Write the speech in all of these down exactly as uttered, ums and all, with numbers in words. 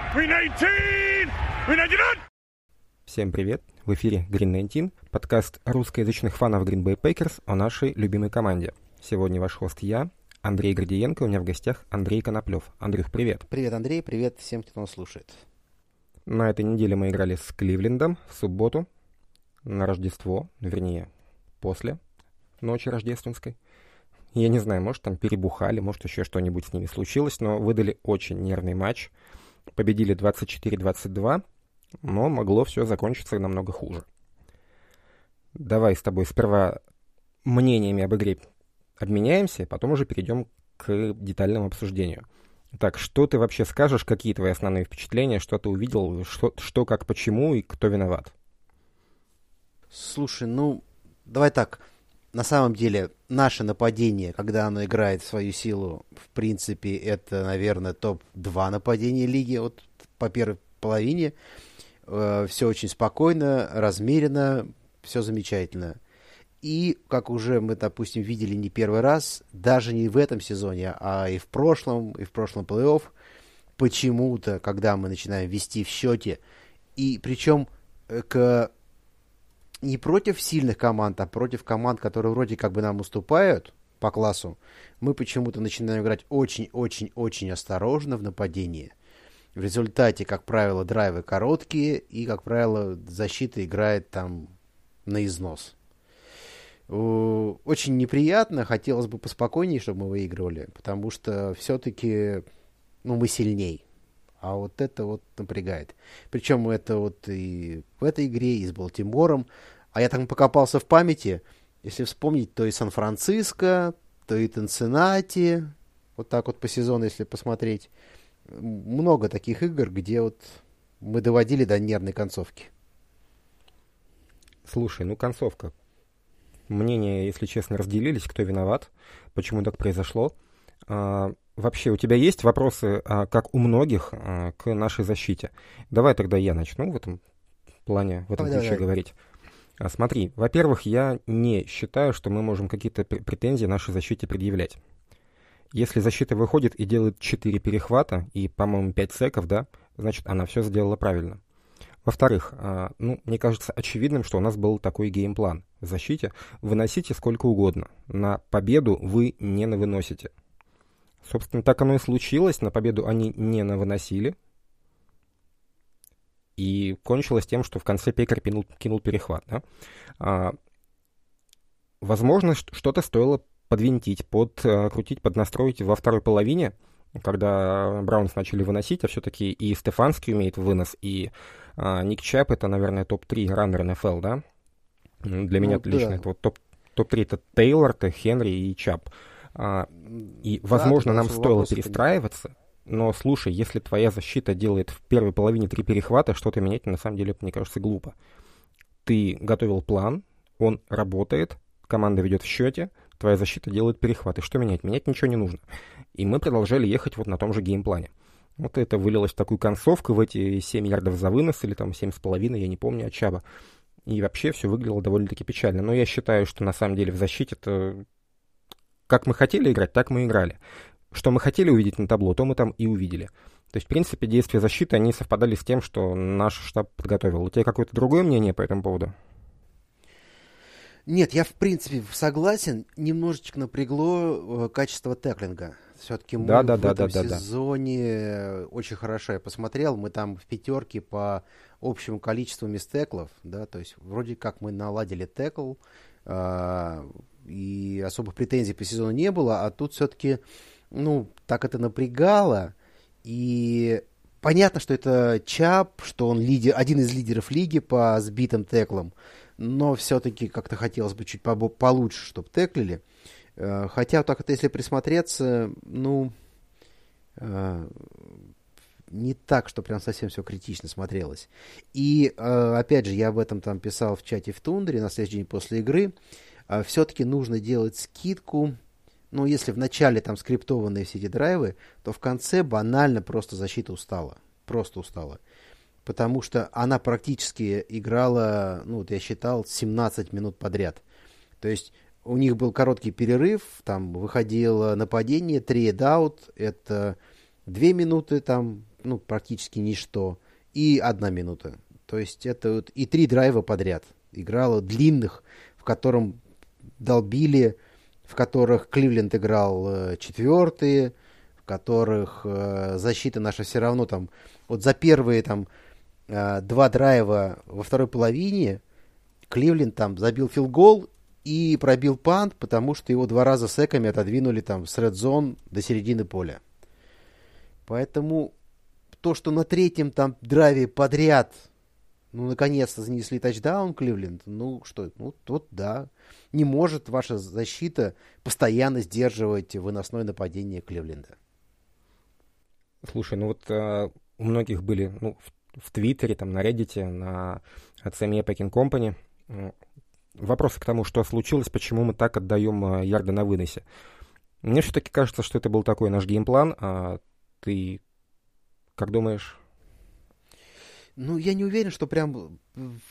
Всем привет! В эфире Green девятнадцать, подкаст русскоязычных фанов Green Bay Packers о нашей любимой команде. Сегодня ваш хост я, Андрей Гордиенко, у меня в гостях Андрей Коноплев. Андрюх, привет! Привет, Андрей, привет всем, кто нас слушает. На этой неделе мы играли с Кливлендом в субботу на Рождество, вернее, после ночи рождественской. Я не знаю, может, там перебухали, может, еще что-нибудь с ними случилось, но выдали очень нервный матч. Победили двадцать четыре двадцать два, но могло все закончиться намного хуже. Давай с тобой сперва мнениями об игре обменяемся, потом уже перейдем к детальному обсуждению. Так, что ты вообще скажешь, какие твои основные впечатления, что ты увидел, что, что как, почему и кто виноват? Слушай, ну, давай так. На самом деле, наше нападение, когда оно играет в свою силу, в принципе, это, наверное, топ два нападения лиги вот, по первой половине. Э, все очень спокойно, размеренно, все замечательно. И, как уже мы, допустим, видели не первый раз, даже не в этом сезоне, а и в прошлом, и в прошлом плей-офф, почему-то, когда мы начинаем вести в счете, и причем к... не против сильных команд, а против команд, которые вроде как бы нам уступают по классу, мы почему-то начинаем играть очень-очень-очень осторожно в нападении. В результате, как правило, драйвы короткие, и, как правило, защита играет там на износ. Очень неприятно, хотелось бы поспокойнее, чтобы мы выигрывали, потому что все-таки ну, мы сильней. А вот это вот напрягает. Причем это вот и в этой игре, и с Балтимором. А я там покопался в памяти. Если вспомнить, то и Сан-Франциско, то и Цинциннати. Вот так вот по сезону, если посмотреть. Много таких игр, где вот мы доводили до нервной концовки. Слушай, ну концовка. Мнения, если честно, разделились, кто виноват, почему так произошло. А, вообще, у тебя есть вопросы, а, как у многих, а, к нашей защите? Давай тогда я начну в этом плане, в этом Давай, ключе давай. говорить. А, смотри, во-первых, я не считаю, что мы можем какие-то пр- претензии нашей защите предъявлять. Если защита выходит и делает четыре перехвата и, по-моему, пять секов, да, значит, она все сделала правильно. Во-вторых, а, ну, мне кажется очевидным, что у нас был такой геймплан в защите. Выносите сколько угодно. На победу вы не навыносите. Собственно, так оно и случилось. На победу они не навыносили. И кончилось тем, что в конце Пекер кинул, кинул перехват. Да? А, возможно, что-то стоило подвинтить, подкрутить, поднастроить во второй половине, когда Браунс начали выносить, а все-таки и Стефанский умеет вынос, и а, Ник Чап — это, наверное, топ три раннер эн эф эл, да? Для ну, меня да. лично это вот топ, топ-три — это Тейлор, это Хенри и Чап. А, и, возможно, да, нам стоило перестраиваться, но, слушай, если твоя защита делает в первой половине три перехвата, что-то менять, на самом деле, мне кажется, глупо. Ты готовил план, он работает, команда ведет в счете, твоя защита делает перехваты. Что менять? Менять ничего не нужно. И мы продолжали ехать вот на том же геймплане. Вот это вылилось в такую концовку, в эти семь ярдов за вынос, или там семь с половиной, я не помню, от Чаба. И вообще все выглядело довольно-таки печально. Но я считаю, что на самом деле в защите-то как мы хотели играть, так мы играли. Что мы хотели увидеть на табло, то мы там и увидели. То есть, в принципе, действия защиты, они совпадали с тем, что наш штаб подготовил. У тебя какое-то другое мнение по этому поводу? Нет, я в принципе согласен. Немножечко напрягло э, качество теклинга. Все-таки мы да, да, в да, этом да, да, сезоне да. очень хорошо я посмотрел. Мы там в пятерке по общему количеству мистеклов. Да, то есть вроде как мы наладили текл. Э, и особых претензий по сезону не было. А тут все-таки, ну, так это напрягало. И понятно, что это Чап, что он лидер, один из лидеров лиги по сбитым теклам. Но все-таки как-то хотелось бы чуть побо- получше, чтобы теклили. Э, хотя, так вот, если присмотреться, ну, э, не так, что прям совсем все критично смотрелось. И, э, опять же, я об этом там писал в чате в Тундре на следующий день после игры. Э, все-таки нужно делать скидку. Ну, если в начале там скриптованные все эти драйвы, то в конце банально просто защита устала. Просто устала. Потому что она практически играла, ну, вот я считал, семнадцать минут подряд. То есть у них был короткий перерыв, там выходило нападение, три аут, это две минуты, там ну, практически ничто, и одна минута. То есть это вот и три драйва подряд. Играло длинных, в котором долбили, в которых Кливленд играл э, четвертые, в которых э, защита наша все равно там, вот за первые там э, два драйва во второй половине Кливленд там забил филгол и пробил пант, потому что его два раза секами отодвинули там с red-зone до середины поля. Поэтому то, что на третьем там драйве подряд, ну, наконец-то занесли тачдаун Кливленд, ну, что, ну, вот да, не может ваша защита постоянно сдерживать выносное нападение Кливленда. Слушай, ну вот э, у многих были, ну, в, в Твиттере, там, на Reddit, на си эм и Packing Company э, вопросы к тому, что случилось, почему мы так отдаем э, ярды на выносе. Мне все-таки кажется, что это был такой наш геймплан, а ты как думаешь? Ну, я не уверен, что прям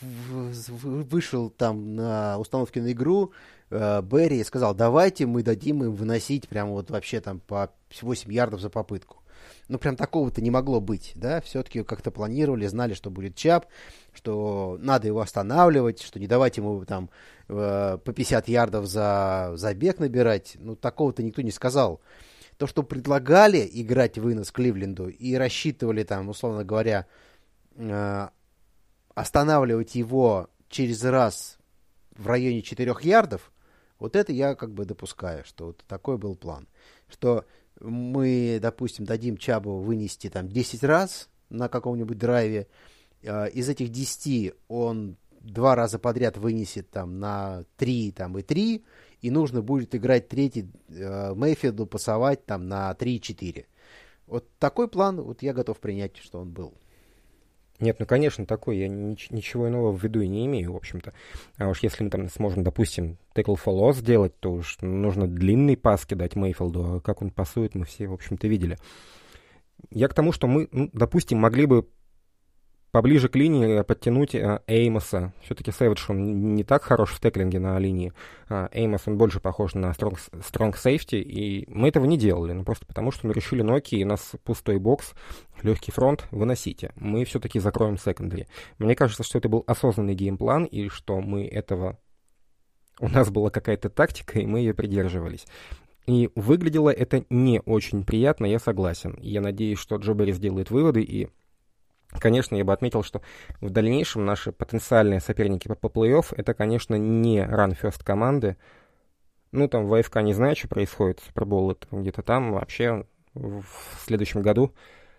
вышел там на установке на игру э, Берри и сказал, давайте мы дадим им выносить прям вот вообще там по восемь ярдов за попытку. Ну, прям такого-то не могло быть, да, все-таки как-то планировали, знали, что будет Чап, что надо его останавливать, что не давать ему там э, по пятьдесят ярдов за забег набирать, ну, такого-то никто не сказал. То, что предлагали играть вынос Кливленду и рассчитывали там, условно говоря, э, останавливать его через раз в районе четырех ярдов, вот это я как бы допускаю, что вот такой был план, что мы, допустим, дадим Чабу вынести там десять раз на каком-нибудь драйве. Из этих десяти он два раза подряд вынесет там на три там, и три, и нужно будет играть третий э, Мейфилду, пасовать там на три-четыре. Вот такой план вот я готов принять, что он был. Нет, ну, конечно, такой. Я нич- ничего иного в виду и не имею, в общем-то. А уж если мы там сможем, допустим, tackle for loss сделать, то уж нужно длинный пас кидать Мейфилду. А как он пасует, мы все, в общем-то, видели. Я к тому, что мы, ну, допустим, могли бы поближе к линии подтянуть а, Эймоса. Все-таки Сэвидж, он не так хорош в теклинге на линии. А, Эймос, он больше похож на strong, strong safety, и мы этого не делали. Ну, просто потому, что мы решили, ну окей, у нас пустой бокс, легкий фронт, выносите. Мы все-таки закроем секондари. Мне кажется, что это был осознанный геймплан, и что мы этого... У нас была какая-то тактика, и мы ее придерживались. И выглядело это не очень приятно, я согласен. И я надеюсь, что Джо Берри сделает выводы, и, конечно, я бы отметил, что в дальнейшем наши потенциальные соперники по, по плей-офф это, конечно, не run-first команды. Ну, там в АФК не знаю, что происходит, Супербол это где-то там, вообще в следующем году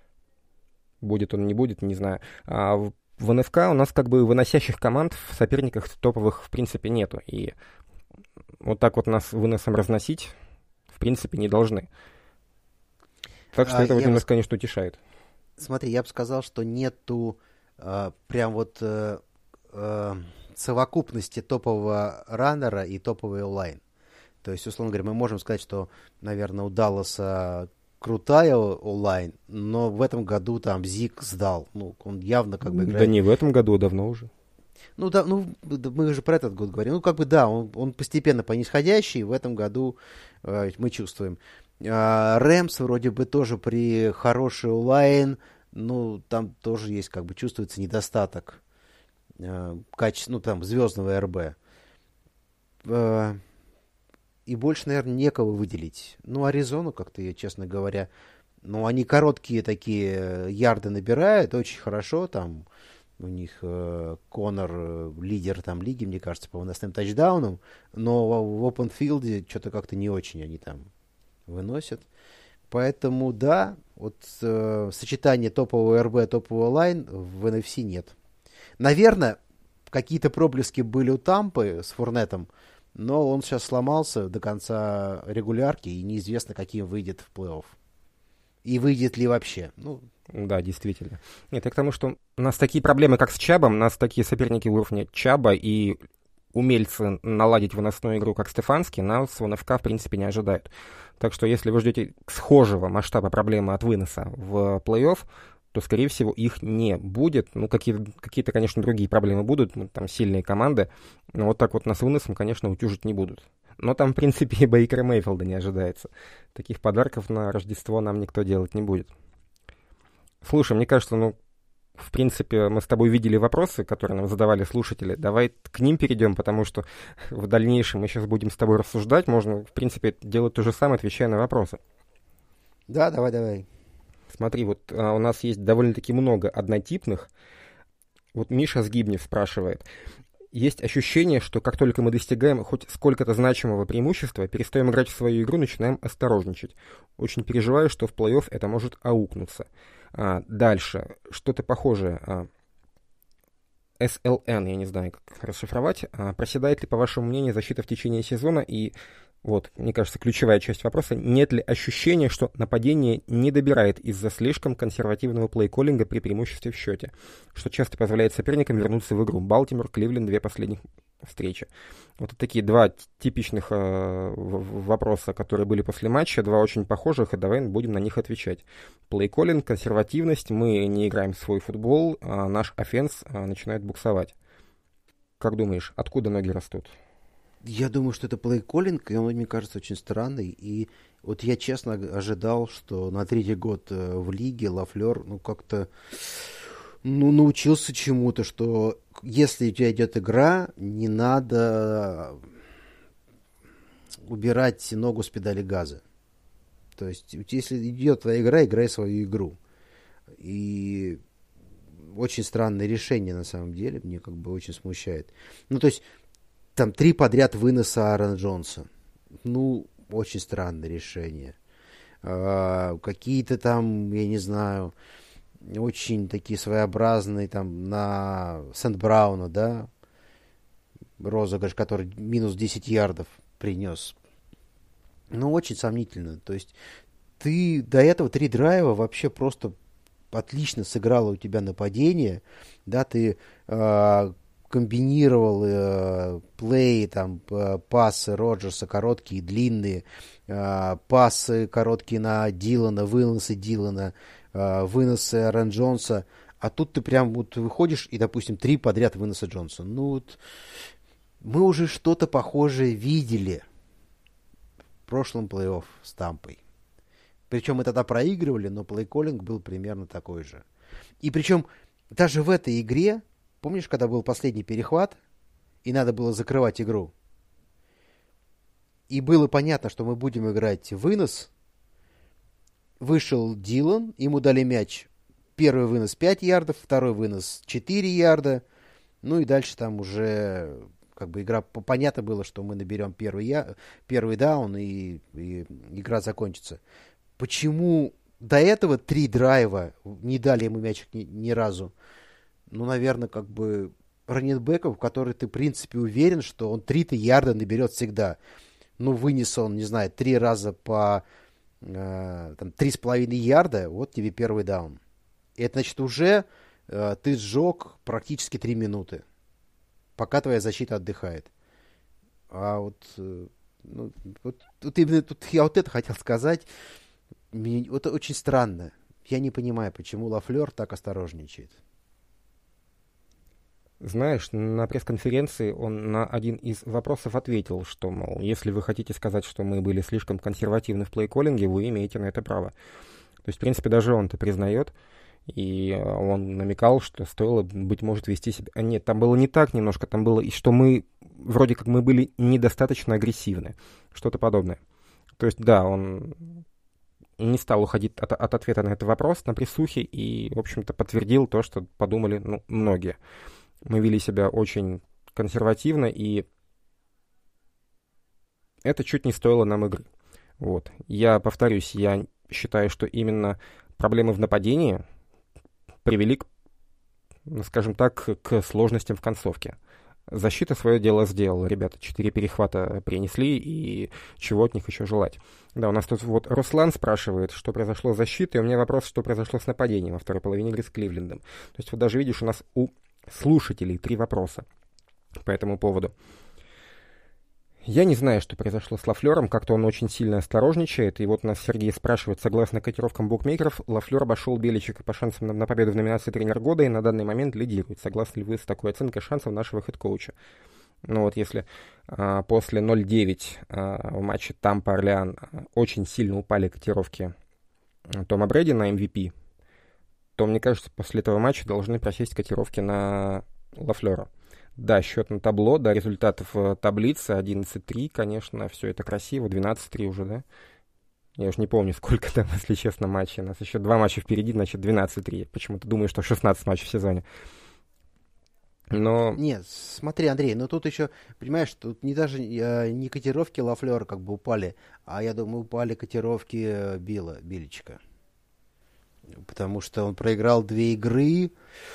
будет он, не будет, не знаю. А в, в эн эф ка у нас как бы выносящих команд в соперниках топовых в принципе нету. И вот так вот нас выносом разносить в принципе не должны. Так что а, это вот нас, бы... конечно, утешает. Смотри, я бы сказал, что нету э, прям вот э, э, совокупности топового раннера и топовый онлайн. То есть, условно говоря, мы можем сказать, что, наверное, у Далласа крутая онлайн, но в этом году там Зик сдал. Ну, он явно как бы играет... Да не в этом году, а давно уже. Ну, да, ну, мы же про этот год говорим. Ну, как бы, да, он, он постепенно по нисходящей, в этом году э, мы чувствуем. Рэмс вроде бы тоже при хороший онлайн, ну, там тоже есть, как бы, чувствуется недостаток э, качества, ну, там, звездного эр бэ. Э, и больше, наверное, некого выделить. Ну, Аризону как-то, я, честно говоря, ну, они короткие такие ярды набирают, очень хорошо, там, у них э, Коннор э, лидер там лиги, мне кажется, по выносным тачдаунам, но в, в open field что-то как-то не очень они там выносят. Поэтому, да, вот э, сочетание топового эр бэ, топового лайн в эн эф си нет. Наверное, какие-то проблески были у Тампы с Фурнетом, но он сейчас сломался до конца регулярки, и неизвестно, каким выйдет в плей-офф. И выйдет ли вообще. Ну, да, действительно. Нет, я к тому, что у нас такие проблемы, как с Чабом, у нас такие соперники уровня Чаба и умельцы наладить выносную игру, как Стефанский, нас в эн эф ка, в принципе, не ожидают. Так что, если вы ждете схожего масштаба проблемы от выноса в плей-офф, то, скорее всего, их не будет. Ну, какие-то, какие-то, конечно, другие проблемы будут, ну, там сильные команды, но вот так вот нас выносом, конечно, утюжить не будут. Но там, в принципе, и Бейкера Мейфилда не ожидается. Таких подарков на Рождество нам никто делать не будет. Слушай, мне кажется, ну, в принципе, мы с тобой видели вопросы, которые нам задавали слушатели. Давай к ним перейдем, потому что в дальнейшем мы сейчас будем с тобой рассуждать. Можно, в принципе, делать то же самое, отвечая на вопросы. Да, давай, давай. Смотри, вот а, у нас есть довольно-таки много однотипных. Вот Миша Сгибнев спрашивает. Есть ощущение, что как только мы достигаем хоть сколько-то значимого преимущества, перестаем играть в свою игру, начинаем осторожничать. Очень переживаю, что в плей-офф это может аукнуться. А, дальше. Что-то похожее. А, эс эл эн, я не знаю, как расшифровать. А, проседает ли, по вашему мнению, защита в течение сезона? И вот, мне кажется, ключевая часть вопроса. Нет ли ощущения, что нападение не добирает из-за слишком консервативного плей-коллинга при преимуществе в счете, что часто позволяет соперникам вернуться в игру? Балтимор, Кливленд, две последних встречи. Вот такие два типичных э, вопроса, которые были после матча, два очень похожих, и давай будем на них отвечать. Плей-коллинг, консервативность, мы не играем в свой футбол, а наш офенс а, начинает буксовать. Как думаешь, откуда ноги растут? Я думаю, что это плей-коллинг, и он, мне кажется, очень странный. И вот я честно ожидал, что на третий год в лиге Лафлер, ну, как-то, ну, научился чему-то, что если у тебя идет игра, не надо убирать ногу с педали газа. То есть, если идет твоя игра, играй свою игру. И очень странное решение, на самом деле, мне как бы очень смущает. Ну, то есть, там три подряд выноса Аарона Джонса. Ну, очень странное решение. А, какие-то там, я не знаю, очень такие своеобразные, там, на Сент-Брауна, да, розыгрыш, который минус десять ярдов принес. Ну, очень сомнительно. То есть, ты до этого три драйва вообще просто отлично сыграло у тебя нападение, да, ты э, комбинировал э, плей, там, э, пасы Роджерса, короткие, длинные, э, пасы короткие на Дилана, выносы Дилана, э, выносы Рэн Джонса, а тут ты прям вот выходишь и, допустим, три подряд выноса Джонса. Ну вот, мы уже что-то похожее видели в прошлом плей-офф с Тампой. Причем мы тогда проигрывали, но плей-коллинг был примерно такой же. И причем даже в этой игре, помнишь, когда был последний перехват, и надо было закрывать игру? И было понятно, что мы будем играть вынос. Вышел Дилан, ему дали мяч. Первый вынос пять ярдов, второй вынос четыре ярда. Ну и дальше там уже как бы игра, понятно было, что мы наберем первый, я, первый даун, и, и игра закончится. Почему до этого три драйва не дали ему мячик ни, ни разу? Ну, наверное, как бы раннинбэков, в который ты, в принципе, уверен, что он три-то ярда наберет всегда. Ну, вынес он, не знаю, три раза по э, там, три с половиной ярда, вот тебе первый даун. И это, значит, уже э, ты сжег практически три минуты, пока твоя защита отдыхает. А вот, э, ну, вот, вот именно тут я вот это хотел сказать. Мне, это очень странно. Я не понимаю, почему Лафлер так осторожничает. Знаешь, на пресс-конференции он на один из вопросов ответил, что, мол, если вы хотите сказать, что мы были слишком консервативны в плей-коллинге, вы имеете на это право. То есть, в принципе, даже он это признает, и он намекал, что стоило, быть может, вести себя... А нет, там было не так немножко, там было, и что мы, вроде как мы были недостаточно агрессивны, что-то подобное. То есть, да, он не стал уходить от, от ответа на этот вопрос на присухе и, в общем-то, подтвердил то, что подумали, ну, многие. Мы вели себя очень консервативно, и это чуть не стоило нам игры. Вот. Я повторюсь, я считаю, что именно проблемы в нападении привели, к, скажем так, к сложностям в концовке. Защита свое дело сделала. Ребята четыре перехвата принесли, и чего от них еще желать. Да, у нас тут вот Руслан спрашивает, что произошло с защитой. У меня вопрос, что произошло с нападением во второй половине игры с Кливлендом. То есть вот даже видишь, у нас у слушателей три вопроса по этому поводу. Я не знаю, что произошло с Лафлером, как-то он очень сильно осторожничает, и вот нас Сергей спрашивает, согласно котировкам букмекеров, Лафлер обошел Беличика по шансам на, на победу в номинации «Тренер года» и на данный момент лидирует. Согласны ли вы с такой оценкой шансов нашего хед-коуча? Ну вот если а, после ноль девять а, в матче Тампа-Орлеан а, очень сильно упали котировки Тома Брэди на эм ви пи, то, мне кажется, после этого матча должны просесть котировки на Лафлера. Да, счет на табло, да, результаты в таблице одиннадцать три, конечно, все это красиво, двенадцать три уже, да? Я уж не помню, сколько там, если честно, матчей. У нас еще два матча впереди, значит, двенадцать три. Почему-то думаю, что шестнадцать матчей в сезоне. Но... Нет, смотри, Андрей, но тут еще, понимаешь, тут не даже э, не котировки Лафлера как бы упали, а я думаю, упали котировки э, Билла, Биличка. Потому что он проиграл две игры,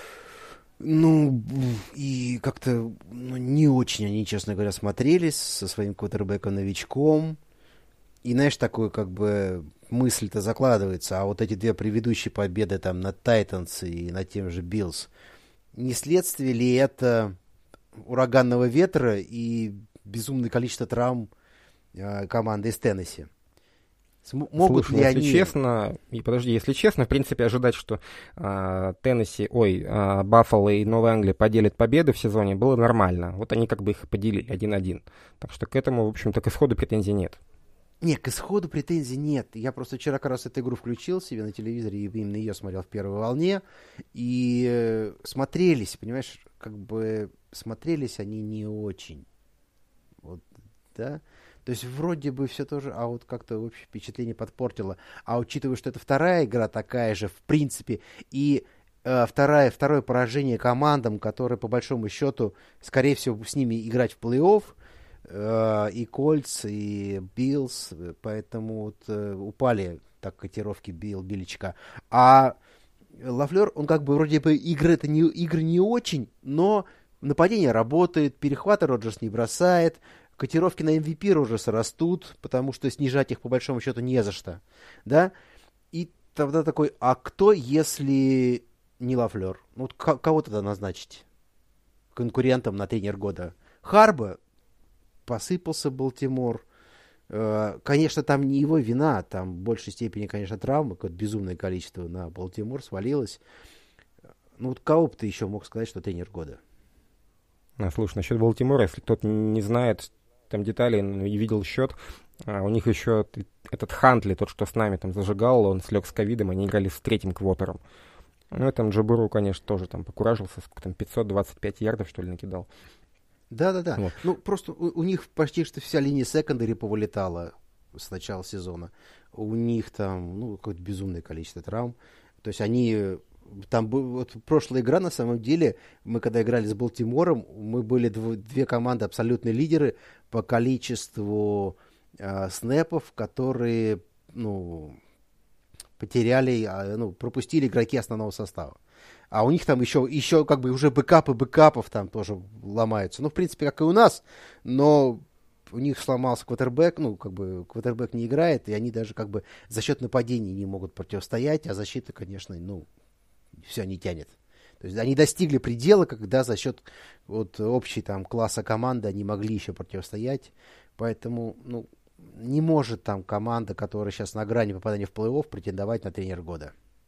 ну, и как-то ну, не очень они, честно говоря, смотрелись со своим квотербеком-новичком. И, знаешь, такую как бы мысль-то закладывается, а вот эти две предыдущие победы там над Тайтанс и над тем же Биллс, не следствие ли это ураганного ветра и безумное количество травм э, команды из Теннесси? См- могут Слушай, ли если они... честно, и подожди, если честно, в принципе, ожидать, что э, Теннесси, ой, э, Баффало и Новая Англия поделят победы в сезоне, было нормально. Вот они как бы их поделили один-один. Так что к этому, в общем-то, к исходу претензий нет. Нет, к исходу претензий нет. Я просто вчера как раз эту игру включил себе на телевизоре, и именно ее смотрел в первой волне. И э, смотрелись, понимаешь, как бы смотрелись они не очень. Вот, да? То есть вроде бы все тоже, а вот как-то общее впечатление подпортило. А учитывая, что это вторая игра такая же, в принципе, и э, вторая, второе поражение командам, которые, по большому счету, скорее всего, с ними играть в плей-офф, и Кольц, и Биллс, поэтому вот э, упали так котировки Билл, Биличка. А Лафлер, он как бы вроде бы игры это не, игры не очень, но нападение работает, перехваты Роджерс не бросает, котировки на эм ви пи Роджерса растут, потому что снижать их по большому счету не за что, да? И тогда такой, а кто, если не Лафлер? Ну, вот к- кого тогда назначить конкурентом на тренер года? Харба? Посыпался Балтимор. Конечно, там не его вина, там в большей степени, конечно, травмы, какое-то безумное количество на Балтимор свалилось. Ну, вот кого бы ты еще мог сказать, что тренер года? А, слушай, насчет Балтимора, если кто-то не знает там деталей и видел счет, а, у них еще этот Хантли, тот, что с нами там зажигал, он слег с ковидом, они играли с третьим квотером. Ну, и там Джабуру, конечно, тоже там покуражился, сколько там, пятьсот двадцать пять ярдов, что ли, накидал. Да-да-да. Вот. Ну, просто у, у них почти что вся линия секондари повылетала с начала сезона. У них там, ну, какое-то безумное количество травм. То есть они... Там вот прошлая игра, на самом деле, мы когда играли с Балтимором, мы были дв- две команды абсолютные лидеры по количеству э, снэпов, которые, ну, потеряли, э, ну, пропустили игроки основного состава. А у них там еще, еще как бы уже бэкапы бэкапов там тоже ломаются. Ну, в принципе, как и у нас, но у них сломался квотербек, ну, как бы квотербек не играет, и они даже как бы за счет нападений не могут противостоять, а защита, конечно, ну, все не тянет. То есть они достигли предела, когда за счет вот общей там класса команды они могли еще противостоять. Поэтому, ну, не может там команда, которая сейчас на грани попадания в плей-офф, претендовать на тренер года.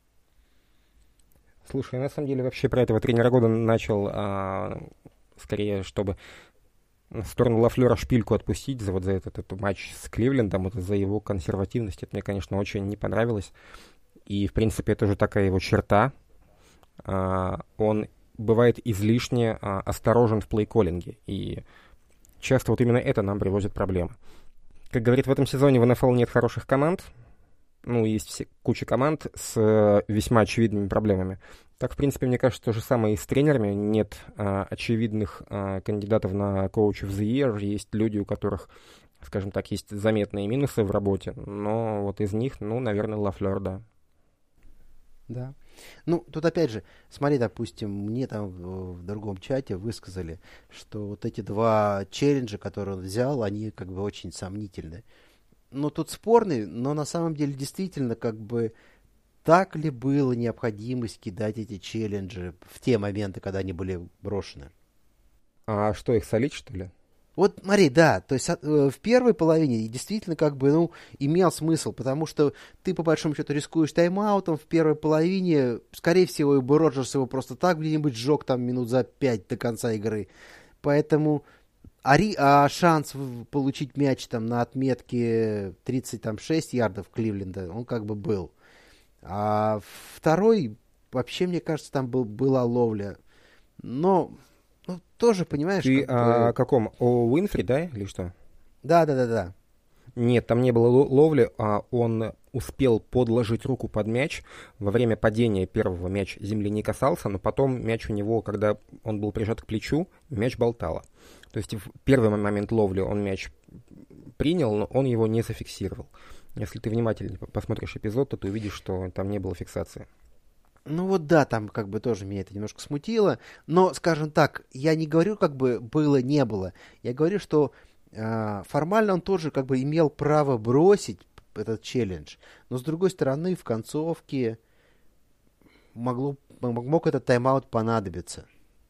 Слушай, я на самом деле вообще про этого тренера года начал а, скорее, чтобы в сторону Лафлера шпильку отпустить за вот за этот, этот матч с Кливлендом, вот за его консервативность. Это мне, конечно, очень не понравилось. И, в принципе, это уже такая его черта. А, он бывает излишне а, осторожен в плей-коллинге. И часто вот именно это нам приводит проблемы. Как говорит, в этом сезоне в эн эф эл нет хороших команд. Ну, есть все, куча команд с э, весьма очевидными проблемами. Так, в принципе, мне кажется, то же самое и с тренерами. Нет э, очевидных э, кандидатов на Coach of the Year. Есть люди, у которых, скажем так, есть заметные минусы в работе. Но вот из них, ну, наверное, Лафлер, да. Да. Ну, тут опять же, смотри, допустим, мне там в, в другом чате высказали, что вот эти два челленджа, которые он взял, они как бы очень сомнительны. Ну, тут спорный, но на самом деле действительно как бы так ли было необходимость кидать эти челленджи в те моменты, когда они были брошены? А что, их солить, что ли? Вот, смотри, да, то есть э, в первой половине действительно как бы, ну, имел смысл, потому что ты, по большому счету, рискуешь тайм-аутом в первой половине, скорее всего, и бы Роджерс его просто так где-нибудь сжег там минут за пять до конца игры, поэтому... А, ри, а шанс получить мяч там на отметке тридцать шесть ярдов Кливленда, он как бы был. А второй вообще, мне кажется, там был, была ловля. Но, ну, тоже, понимаешь... Ты как о бы... каком? О Уинфри, да, или что? Да-да-да-да. Нет, там не было ловли, а он успел подложить руку под мяч. Во время падения первого мяч земли не касался, но потом мяч у него, когда он был прижат к плечу, мяч болтало. То есть в первый момент ловли он мяч принял, но он его не зафиксировал. Если ты внимательно посмотришь эпизод, то ты увидишь, что там не было фиксации. Ну вот да, там как бы тоже меня это немножко смутило. Но, скажем так, я не говорю, как бы было, не было. Я говорю, что э, формально он тоже как бы имел право бросить этот челлендж. Но, с другой стороны, в концовке могло, мог этот тайм-аут понадобиться.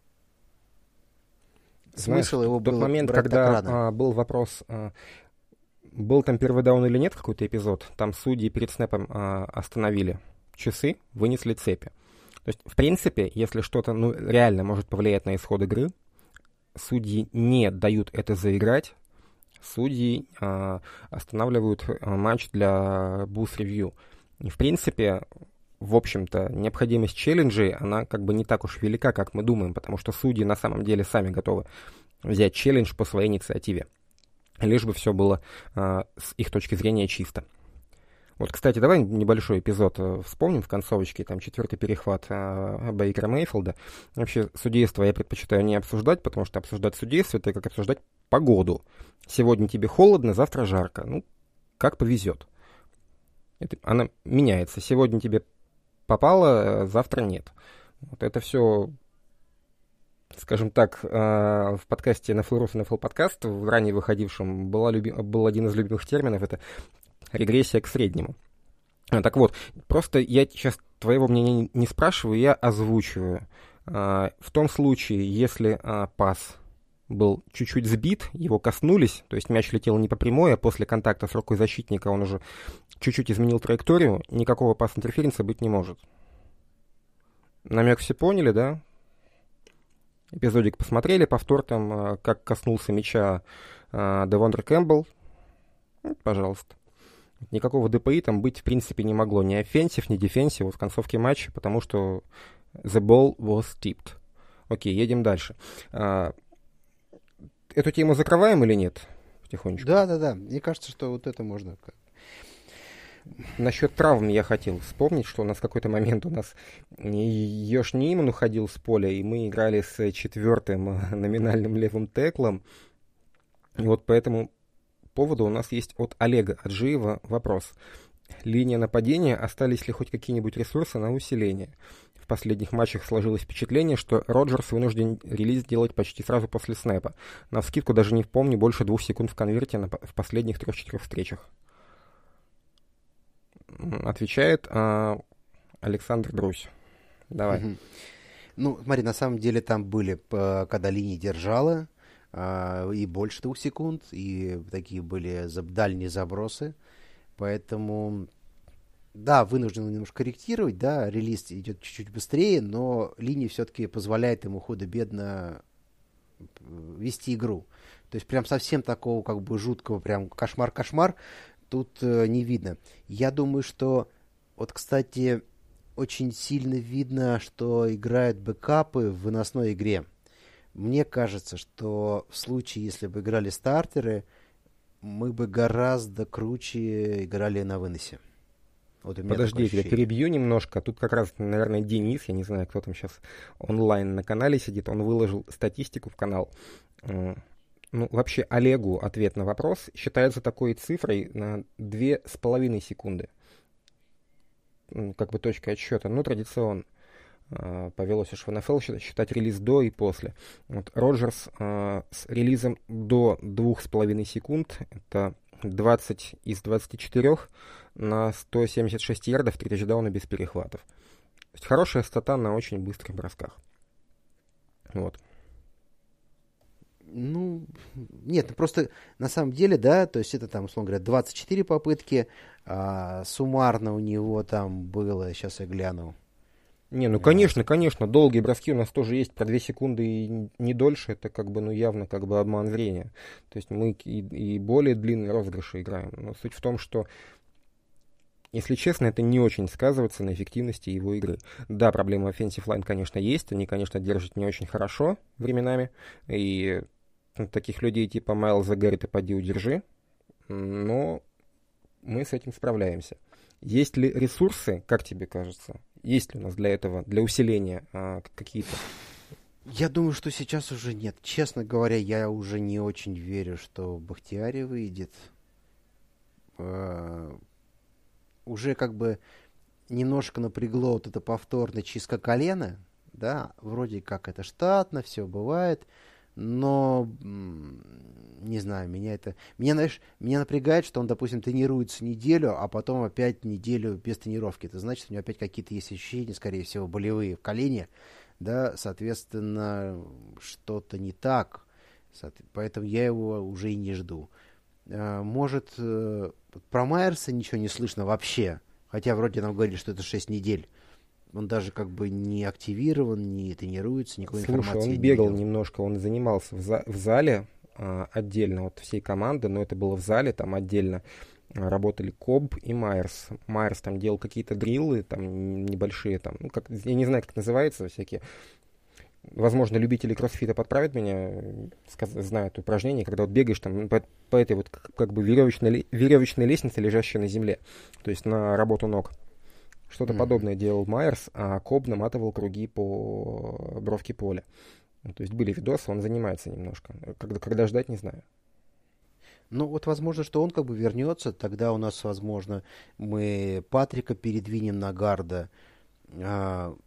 Знаешь, Смысл его тот было момент, брать когда так рано. а, был вопрос, а, был там первый даун или нет какой-то эпизод, там судьи перед снэпом а, остановили часы, вынесли цепи. То есть, в принципе, если что-то ну, реально может повлиять на исход игры, судьи не дают это заиграть, судьи а, останавливают а, матч для бус-ревью. И, в принципе, в общем-то, необходимость челленджей, она как бы не так уж велика, как мы думаем, потому что судьи на самом деле сами готовы взять челлендж по своей инициативе, лишь бы все было а, с их точки зрения чисто. Вот, кстати, давай небольшой эпизод вспомним в концовочке, там четвертый перехват а, Бейкера Мейфилда. Вообще, судейство я предпочитаю не обсуждать, потому что обсуждать судейство — это как обсуждать погоду. Сегодня тебе холодно, завтра жарко. Ну, как повезет. Это, она меняется. Сегодня тебе попало, завтра нет. Вот это все, скажем так, в подкасте эн эф эл Rus, эн эф эл подкаст, в ранее выходившем, была люби... был один из любимых терминов, это регрессия к среднему. Так вот, просто я сейчас твоего мнения не спрашиваю, я озвучиваю. В том случае, если пас был чуть-чуть сбит, его коснулись, то есть мяч летел не по прямой, а после контакта с рукой защитника он уже чуть-чуть изменил траекторию, никакого пас-интерференса быть не может. Намек все поняли, да? Эпизодик посмотрели, повтор там, как коснулся мяча Девондре Кэмпбелл. Вот, пожалуйста. Никакого ДПИ там быть в принципе не могло. Ни офенсив, ни дефенсив вот в концовке матча, потому что the ball was tipped. Окей, едем дальше. А, эту тему закрываем или нет? Потихонечку. Да, да, да. Мне кажется, что вот это можно. Насчет травм я хотел вспомнить, что у нас в какой-то момент у нас Йош Нейман уходил с поля, и мы играли с четвертым номинальным левым теклом. И вот по этому поводу у нас есть от Олега Аджиева вопрос. Линия нападения, остались ли хоть какие-нибудь ресурсы на усиление? В последних матчах сложилось впечатление, что Роджерс вынужден релиз делать почти сразу после снэпа. Навскидку даже не помню больше двух секунд в конверте на, в последних трех-четырех встречах. Отвечает а, Александр Друзь. Давай. Угу. Ну, смотри, на самом деле там были, когда линия держала, и больше двух секунд, и такие были дальние забросы. Поэтому, да, вынужден немножко корректировать, да, релиз идет чуть-чуть быстрее, но линия все-таки позволяет ему худо-бедно вести игру. То есть прям совсем такого как бы жуткого, прям кошмар-кошмар тут э, не видно. Я думаю, что, вот, кстати, очень сильно видно, что играют бэкапы в выносной игре. Мне кажется, что в случае, если бы играли стартеры, мы бы гораздо круче играли на выносе. Вот Подожди, я тебя перебью немножко. Тут как раз, наверное, Денис, я не знаю, кто там сейчас онлайн на канале сидит, он выложил статистику в канал. Ну, вообще, Олегу ответ на вопрос считается такой цифрой на две с половиной секунды. Как бы точка отсчета, ну, традиционно. Повелось уж в эн эф эл считать релиз до и после. Вот Роджерс э, с релизом до двух с половиной секунд, это двадцать из двадцати четырёх на сто семьдесят шесть ярдов, три тачдауна без перехватов. То есть хорошая стата на очень быстрых бросках. Вот. Ну, нет, ну просто на самом деле, да, то есть это там, условно говоря, двадцать четыре попытки, а, суммарно у него там было, сейчас я гляну. Не, ну конечно, конечно, долгие броски у нас тоже есть, про две секунды и не дольше, это как бы, ну явно как бы обман зрения. То есть мы и, и более длинные розыгрыши играем. Но суть в том, что если честно, это не очень сказывается на эффективности его игры. Да, проблемы offensive line, конечно, есть. Они, конечно, держат не очень хорошо временами. И таких людей типа Майлза Гаррета поди удержи. Но мы с этим справляемся. Есть ли ресурсы, как тебе кажется? Есть ли у нас для этого, для усиления а, какие-то? Я думаю, что сейчас уже нет. Честно говоря, я уже не очень верю, что Бахтиари выйдет. Uh, уже как бы немножко напрягло вот это повторная чистка колена, да, вроде как это штатно, все бывает, но не знаю, меня это, меня, знаешь, меня напрягает, что он, допустим, тренируется неделю, а потом опять неделю без тренировки. Это значит, у него опять какие-то есть ощущения, скорее всего, болевые в колене, да, соответственно, что-то не так, поэтому я его уже и не жду. Может, про Майерса ничего не слышно вообще, хотя вроде нам говорили, что это шесть недель. Он даже как бы не активирован, не тренируется, никакой Слушай, информации он не бегал видел. немножко, он занимался в, за- в зале а, отдельно от всей команды, но это было в зале, там отдельно а, работали Коб и Майерс. Майерс там делал какие-то дриллы, там небольшие, там, ну, как, я не знаю, как называется, всякие. Возможно, любители кроссфита подправят меня, сказ- знают упражнения, когда вот бегаешь там по, по этой вот как, как бы веревочной, веревочной лестнице, лежащей на земле, то есть на работу ног. Что-то mm-hmm. подобное делал Майерс, а Коб наматывал круги по бровке поля. То есть были видосы, он занимается немножко. Когда, когда ждать, не знаю. Ну, вот возможно, что он как бы вернется, тогда у нас, возможно, мы Патрика передвинем на гарда. А,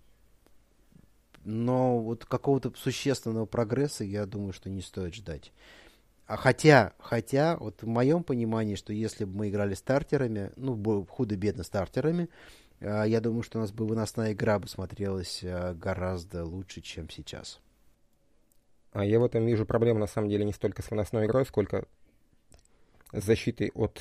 но вот какого-то существенного прогресса, я думаю, что не стоит ждать. А хотя, хотя, вот в моем понимании, что если бы мы играли стартерами, ну, худо-бедно стартерами, а, я думаю, что у нас бы выносная игра бы смотрелась а, гораздо лучше, чем сейчас. А я в этом вижу проблему, на самом деле, не столько с выносной игрой, сколько с защитой от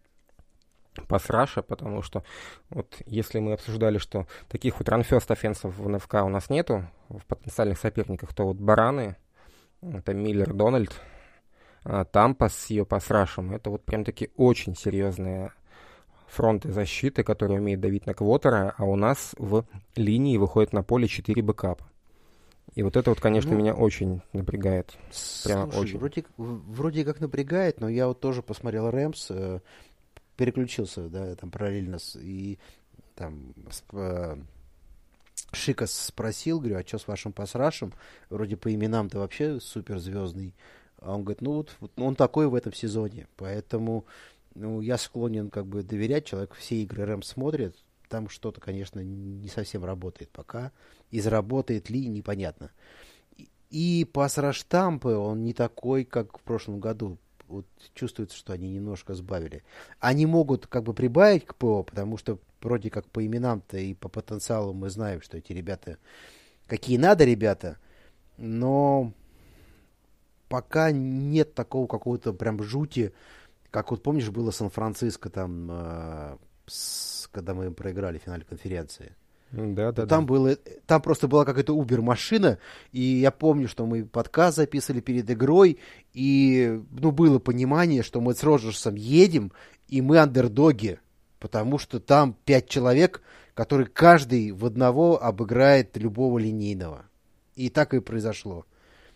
пас-раша, потому что вот если мы обсуждали, что таких вот run-first offensive в эн эф ка у нас нету в потенциальных соперниках, то вот бараны, это Миллер, Дональд, Тампа с ее пас-рашем, это вот прям таки очень серьезные фронты защиты, которые умеют давить на квотера, а у нас в линии выходит на поле четыре бэкапа. И вот это вот, конечно, ну, меня очень напрягает. Прямо слушай, очень. Вроде, вроде как напрягает, но я вот тоже посмотрел Рэмс, э, переключился, да, там параллельно, с, и там э, Шика спросил, говорю, а что с вашим пасрашем? Вроде по именам-то вообще суперзвездный. А он говорит, ну вот, вот он такой в этом сезоне, поэтому ну, я склонен как бы доверять, человек все игры Рэмс смотрит, там что-то, конечно, не совсем работает пока. И заработает ли, непонятно. И, и пас-раш Тампы, он не такой, как в прошлом году. Вот чувствуется, что они немножко сбавили. Они могут как бы прибавить к ПО, потому что вроде как по именам-то и по потенциалу мы знаем, что эти ребята, какие надо ребята, но пока нет такого какого-то прям жути, как вот помнишь, было Сан-Франциско там, э, с, когда мы им проиграли в финале конференции. Да, да, там, да. было, там просто была какая-то Uber-машина, и я помню, что мы подкаст записывали перед игрой, и ну, было понимание, что мы с Роджерсом едем, и мы андердоги, потому что там пять человек, которые каждый в одного обыграет любого линейного. И так и произошло.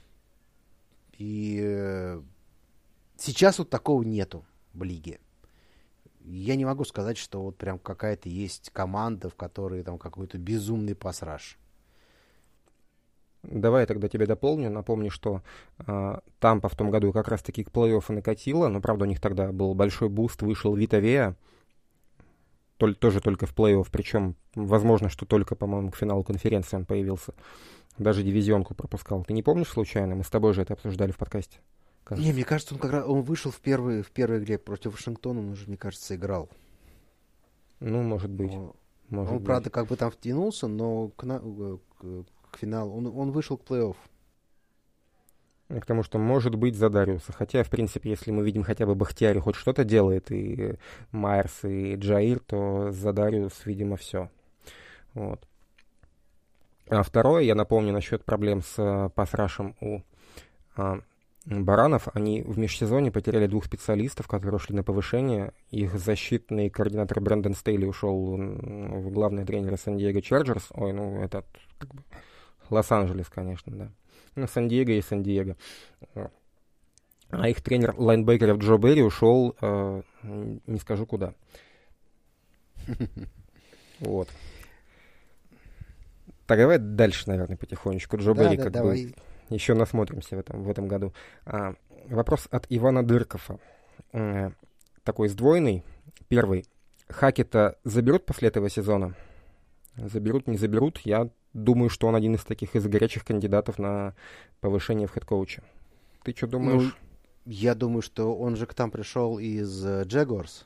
И э, сейчас вот такого нету в лиге. Я не могу сказать, что вот прям какая-то есть команда, в которой там какой-то безумный пас-раш. Давай я тогда тебя дополню. Напомню, что э, Тампа в том году как раз-таки к плей-оффу накатила, но, правда, у них тогда был большой буст, вышел Вита Веа, толь, тоже только в плей-офф, причем, возможно, что только, по-моему, к финалу конференции он появился. Даже дивизионку пропускал. Ты не помнишь случайно? Мы с тобой же это обсуждали в подкасте. Кажется. Не, мне кажется, он как раз он вышел в первой, в первой игре против Вашингтона, он уже, мне кажется, играл. Ну, может быть. Он, может он быть. правда, как бы там втянулся, но к, на, к, к финалу он, он вышел к плей-офф. Потому что может быть за Дариуса. Хотя, в принципе, если мы видим хотя бы Бахтиари хоть что-то делает, и Майерс, и Джаир, то за Дариус, видимо, все. Вот. А второе, я напомню насчет проблем с пас-рашем у а, Баранов, они в межсезонье потеряли двух специалистов, которые ушли на повышение. Их защитный координатор Брэндон Стейли ушел в главный тренер Сан-Диего Чарджерс. Ой, ну этот, как бы, Лос-Анджелес, конечно, да. Ну, Сан-Диего и Сан-Диего. А их тренер лайнбекеров Джо Берри ушел, э, не скажу куда. Вот. Так, давай дальше, наверное, потихонечку. Джо Берри, как бы... Еще насмотримся в этом, в этом году. А, вопрос от Ивана Дыркова. А, такой сдвоенный. Первый. Хакета заберут после этого сезона? Заберут, не заберут? Я думаю, что он один из таких из горячих кандидатов на повышение в хед-коуче. Ты что думаешь? Ну, я думаю, что он же к нам пришел из Jaguars.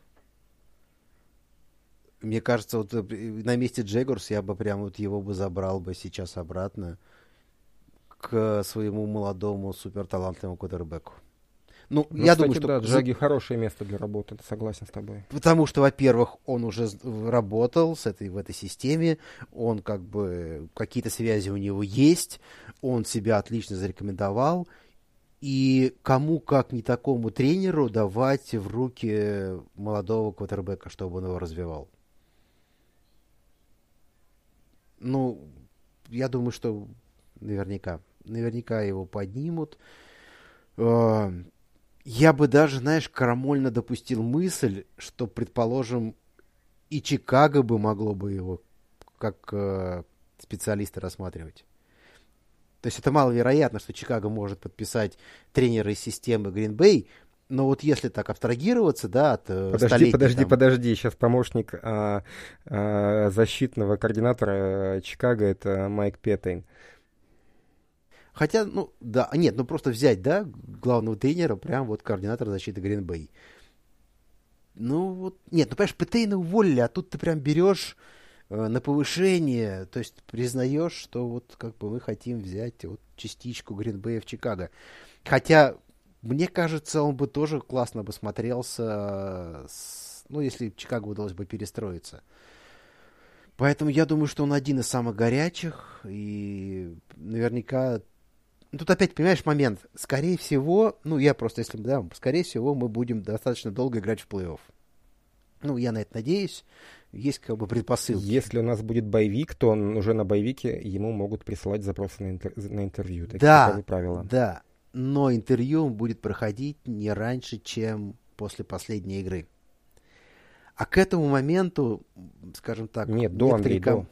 Мне кажется, вот на месте Jaguars я бы прям вот его бы забрал бы сейчас обратно к своему молодому суперталантливому квотербеку. Ну, ну, я кстати, думаю, что... да, Джаги хорошее место для работы, согласен с тобой. Потому что, во-первых, он уже работал с этой, в этой системе, он как бы... Какие-то связи у него есть, он себя отлично зарекомендовал, и кому, как не такому тренеру, давать в руки молодого квотербека, чтобы он его развивал? Ну, я думаю, что наверняка... Наверняка его поднимут. Я бы даже, знаешь, крамольно допустил мысль, что, предположим, и Чикаго бы могло бы его как э, специалиста рассматривать. То есть это маловероятно, что Чикаго может подписать тренера из системы Green Bay, но вот если так абстрагироваться, да, от Подожди, подожди, там... подожди. Сейчас помощник а, а, защитного координатора Чикаго — это Майк Петтейн. Хотя, ну, да, нет, ну просто взять, да, главного тренера, прям вот координатора защиты Green Bay. Ну, вот, нет, ну, понимаешь, Петтейна уволили, а тут ты прям берешь э, на повышение, то есть признаешь, что вот как бы мы хотим взять вот частичку Green Bay в Чикаго. Хотя, мне кажется, он бы тоже классно бы смотрелся, с, ну, если Чикаго удалось бы перестроиться. Поэтому я думаю, что он один из самых горячих, и наверняка... Тут опять, понимаешь, момент. Скорее всего, ну, я просто, если, да, скорее всего, мы будем достаточно долго играть в плей-офф. Ну, я на это надеюсь. Есть, как бы, предпосылки. Если у нас будет боевик, то он уже на боевике ему могут присылать запросы на, интер... на интервью. Такие да, правила. Да, но интервью он будет проходить не раньше, чем после последней игры. А к этому моменту, скажем так... Нет, до, Андрей, ком... до.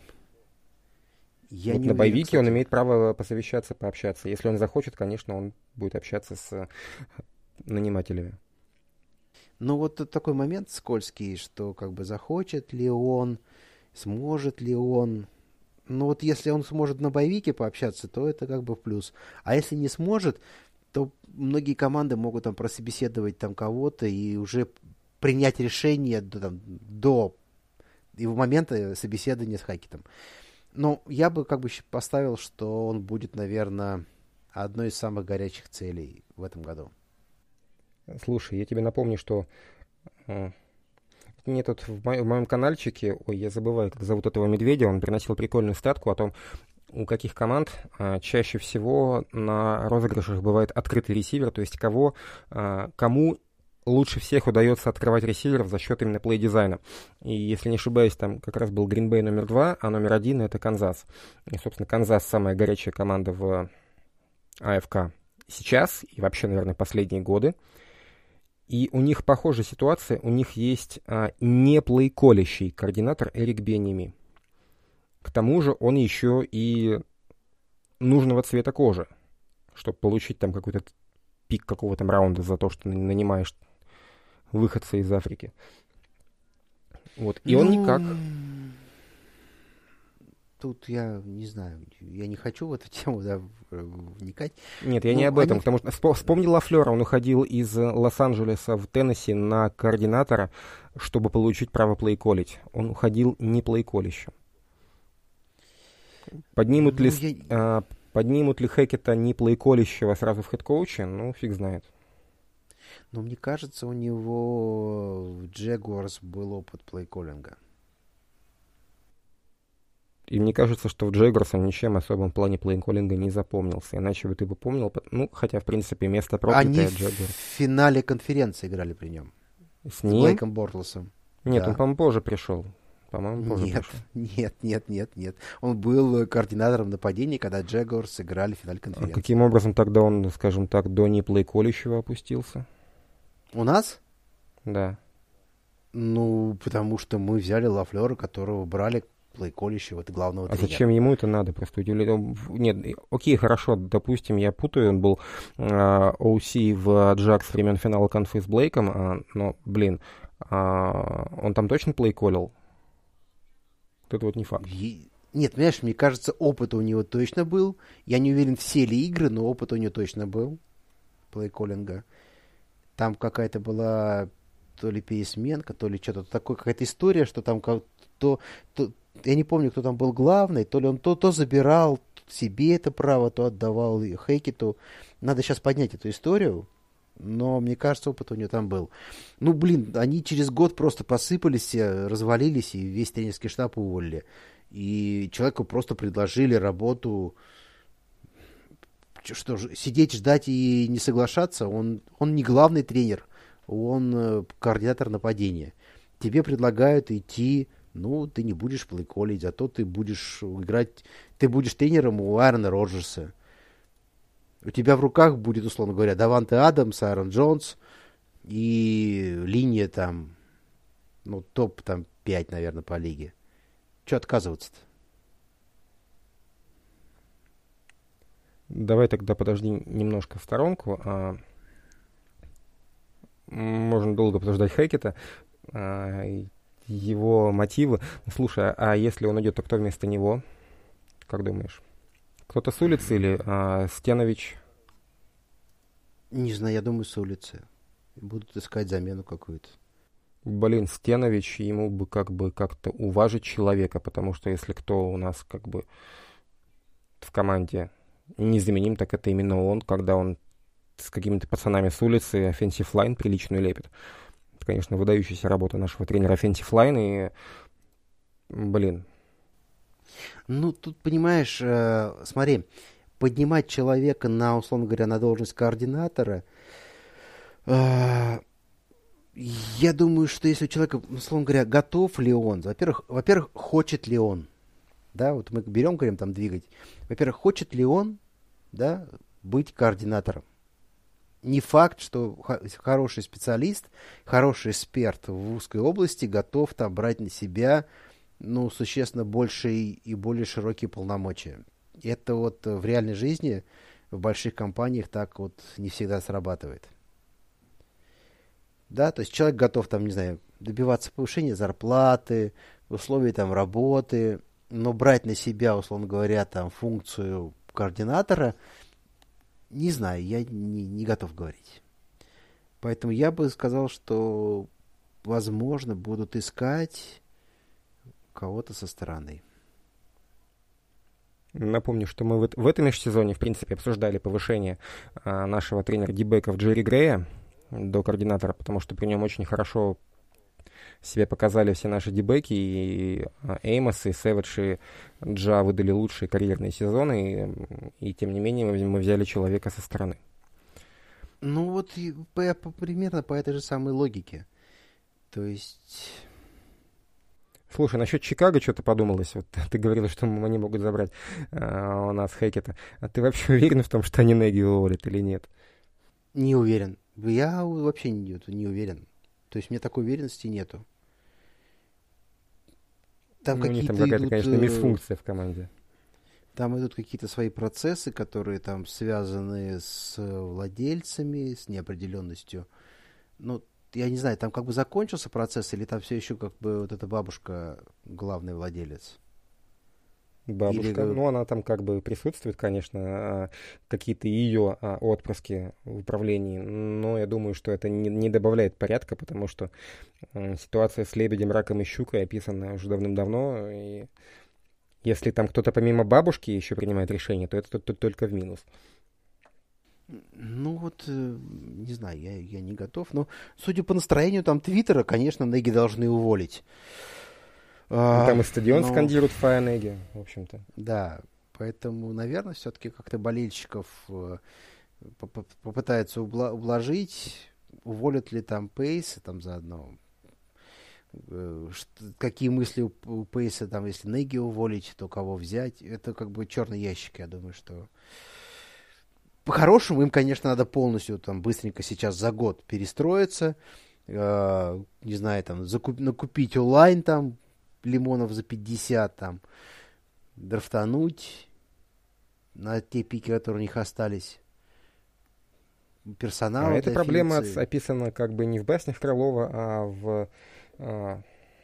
Я вот не на уверен, боевике кстати. Он имеет право посовещаться, пообщаться. Если он захочет, конечно, он будет общаться с нанимателями. Ну, вот тут такой момент скользкий, что как бы захочет ли он, сможет ли он. Ну, вот если он сможет на боевике пообщаться, то это как бы в плюс. А если не сможет, то многие команды могут там прособеседовать там кого-то и уже принять решение до, там, до его момента собеседования с Хакетом. Но я бы как бы поставил, что он будет, наверное, одной из самых горячих целей в этом году. Слушай, я тебе напомню, что э, мне тут в, мо- в моем каналчике, ой, я забываю, как зовут этого медведя, он приносил прикольную статку о том, у каких команд э, чаще всего на розыгрышах бывает открытый ресивер, то есть кого, э, кому лучше всех удается открывать ресиверов за счет именно плей-дизайна. И, если не ошибаюсь, там как раз был Green Bay номер два, а номер один — это Канзас. И, собственно, Канзас — самая горячая команда в а эф ка сейчас и вообще, наверное, последние годы. И у них похожая ситуация. У них есть а, не плей-коллящий координатор Эрик Биениеми. К тому же он еще и нужного цвета кожи, чтобы получить там какой-то пик какого-то раунда за то, что ты нанимаешь выходца из Африки. Вот. И ну... он никак. Тут я не знаю, я не хочу в эту тему да, вникать. Нет, я ну, не об этом, они... потому что вспомни Лафлера, он уходил из Лос-Анджелеса в Теннесси на координатора, чтобы получить право плей-коллить. Он уходил не плей-коллищем. Поднимут, ну, ли, я... а, поднимут ли Хекета не плей-коллищего сразу в хед-коуче? Ну, фиг знает. Но мне кажется, у него в Jaguars был опыт плей-коллинга. и мне кажется, что в Джеггерс он ничем особым в плане плей-коллинга не запомнился. Иначе бы ты бы помнил. Ну, хотя, в принципе, место проклятое Они Джеггерс. в финале конференции играли при нем. С С ним? Блейком Бортлсом. Нет, Да. он, по-моему, позже пришел. По-моему, позже Нет, пришел. нет, нет, нет, нет. Он был координатором нападения, когда Джеггерс играли в финале А конференции. каким образом тогда он, скажем так, до не плей-коллищего опустился? У нас? Да. Ну, потому что мы взяли Лафлера, которого брали плей-коллищего, это главного А тренера. зачем ему это надо? Просто удивляет. Нет, окей, хорошо, допустим, я путаю, он был э, о си в Джакс времен финала конфы с Блейком, а, но, блин, а, он там точно плей-коллил? Вот это вот не факт. И- Нет, понимаешь, мне кажется, опыт у него точно был. Я не уверен, все ли игры, но опыт у него точно был. Плей-коллинга. Там какая-то была то ли пересменка, то ли что-то такое, какая-то история, что там как- то, то- я не помню, кто там был главный, то ли он то, то забирал себе это право, то отдавал и Хейкету. Надо сейчас поднять эту историю, но мне кажется, опыт у него там был. Ну, блин, они через год просто посыпались, все, развалились, и весь тренерский штаб уволили. И человеку просто предложили работу. Ч- Что ж, сидеть, ждать и не соглашаться, он, он не главный тренер, он э, координатор нападения. Тебе предлагают идти, ну, ты не будешь плей-коллить, зато ты будешь играть, ты будешь тренером у Аарона Роджерса. У тебя в руках будет, условно говоря, Даванте Адамс, Аарон Джонс и линия там, ну, топ там пять, наверное, по лиге. Че отказываться-то? Давай тогда подожди немножко в сторонку. А, можно долго обсуждать Хекета, а, и его мотивы. Слушай, а если он идет, то кто вместо него? Как думаешь? Кто-то с улицы или а, Стенович? Не знаю, я думаю, с улицы. Будут искать замену какую-то. Блин, Стенович, ему бы как бы как-то уважить человека, потому что если кто у нас как бы в команде незаменим, так это именно он, когда он с какими-то пацанами с улицы offensive line приличную лепит. Это, конечно, выдающаяся работа нашего тренера offensive line, и, блин, Ну, тут, понимаешь, э, смотри, поднимать человека на, условно говоря, на должность координатора, э, я думаю, что если у человека, условно говоря, готов ли он, во-первых, во-первых, хочет ли он, да, вот мы берем, говорим, там, двигать, во-первых, хочет ли он, да, быть координатором. Не факт, что х- хороший специалист, хороший эксперт в узкой области готов там брать на себя, ну, существенно большие и более широкие полномочия. Это вот э, в реальной жизни в больших компаниях так вот не всегда срабатывает. Да, то есть человек готов там, не знаю, добиваться повышения зарплаты, условий там работы, но брать на себя, условно говоря, там функцию координатора, не знаю, я не, не готов говорить. Поэтому я бы сказал, что, возможно, будут искать кого-то со стороны. напомню, что мы в, в этом межсезонье, в принципе, обсуждали повышение а, нашего тренера дибеков Джерри Грея до координатора, потому что при нем очень хорошо себя показали все наши дебеки, и а, Эймос, и Сэвидж, и Джа выдали лучшие карьерные сезоны, и, и тем не менее мы, мы взяли человека со стороны. Ну вот и по- по- примерно по этой же самой логике. То есть... Слушай, насчет Чикаго что-то подумалось. Вот ты говорила, что они могут забрать а, у нас Хекета. А ты вообще уверен в том, что они Неги уволят или нет? Не уверен. Я вообще не, не уверен. То есть у меня такой уверенности нету. Там Ну, у них какие-то там какая-то, идут, конечно, э, мисфункция в команде. там идут какие-то свои процессы, которые там связаны с э, владельцами, с неопределенностью. Ну, я не знаю, там как бы закончился процесс, или там все еще как бы вот эта бабушка главный владелец? Бабушка. Или... Ну, она там как бы присутствует, конечно, а, какие-то ее а, отпрыски в управлении, но я думаю, что это не, не добавляет порядка, потому что м, ситуация с лебедем, раком и щукой описана уже давным-давно, и если там кто-то помимо бабушки еще принимает решение, то это тут только в минус. Ну вот, э, не знаю, я, я не готов, но судя по настроению там Твиттера, конечно, Неги должны уволить. А, там и стадион ну, скандирует Файнеги, в общем-то. Да, поэтому, наверное, все-таки как-то болельщиков э, попытаются убла- ублажить. Уволят ли там Пейса там заодно? Э, что, какие мысли у, у Пейса там, если Неги уволить, то кого взять? Это как бы черный ящик, я думаю, что... По-хорошему им, конечно, надо полностью там быстренько сейчас за год перестроиться. Э, не знаю, там, закуп- накупить онлайн там лимонов за пятьдесят, там, драфтануть на те пики, которые у них остались. Персонал. А эта проблема от, описана как бы не в баснях Крылова, а в а,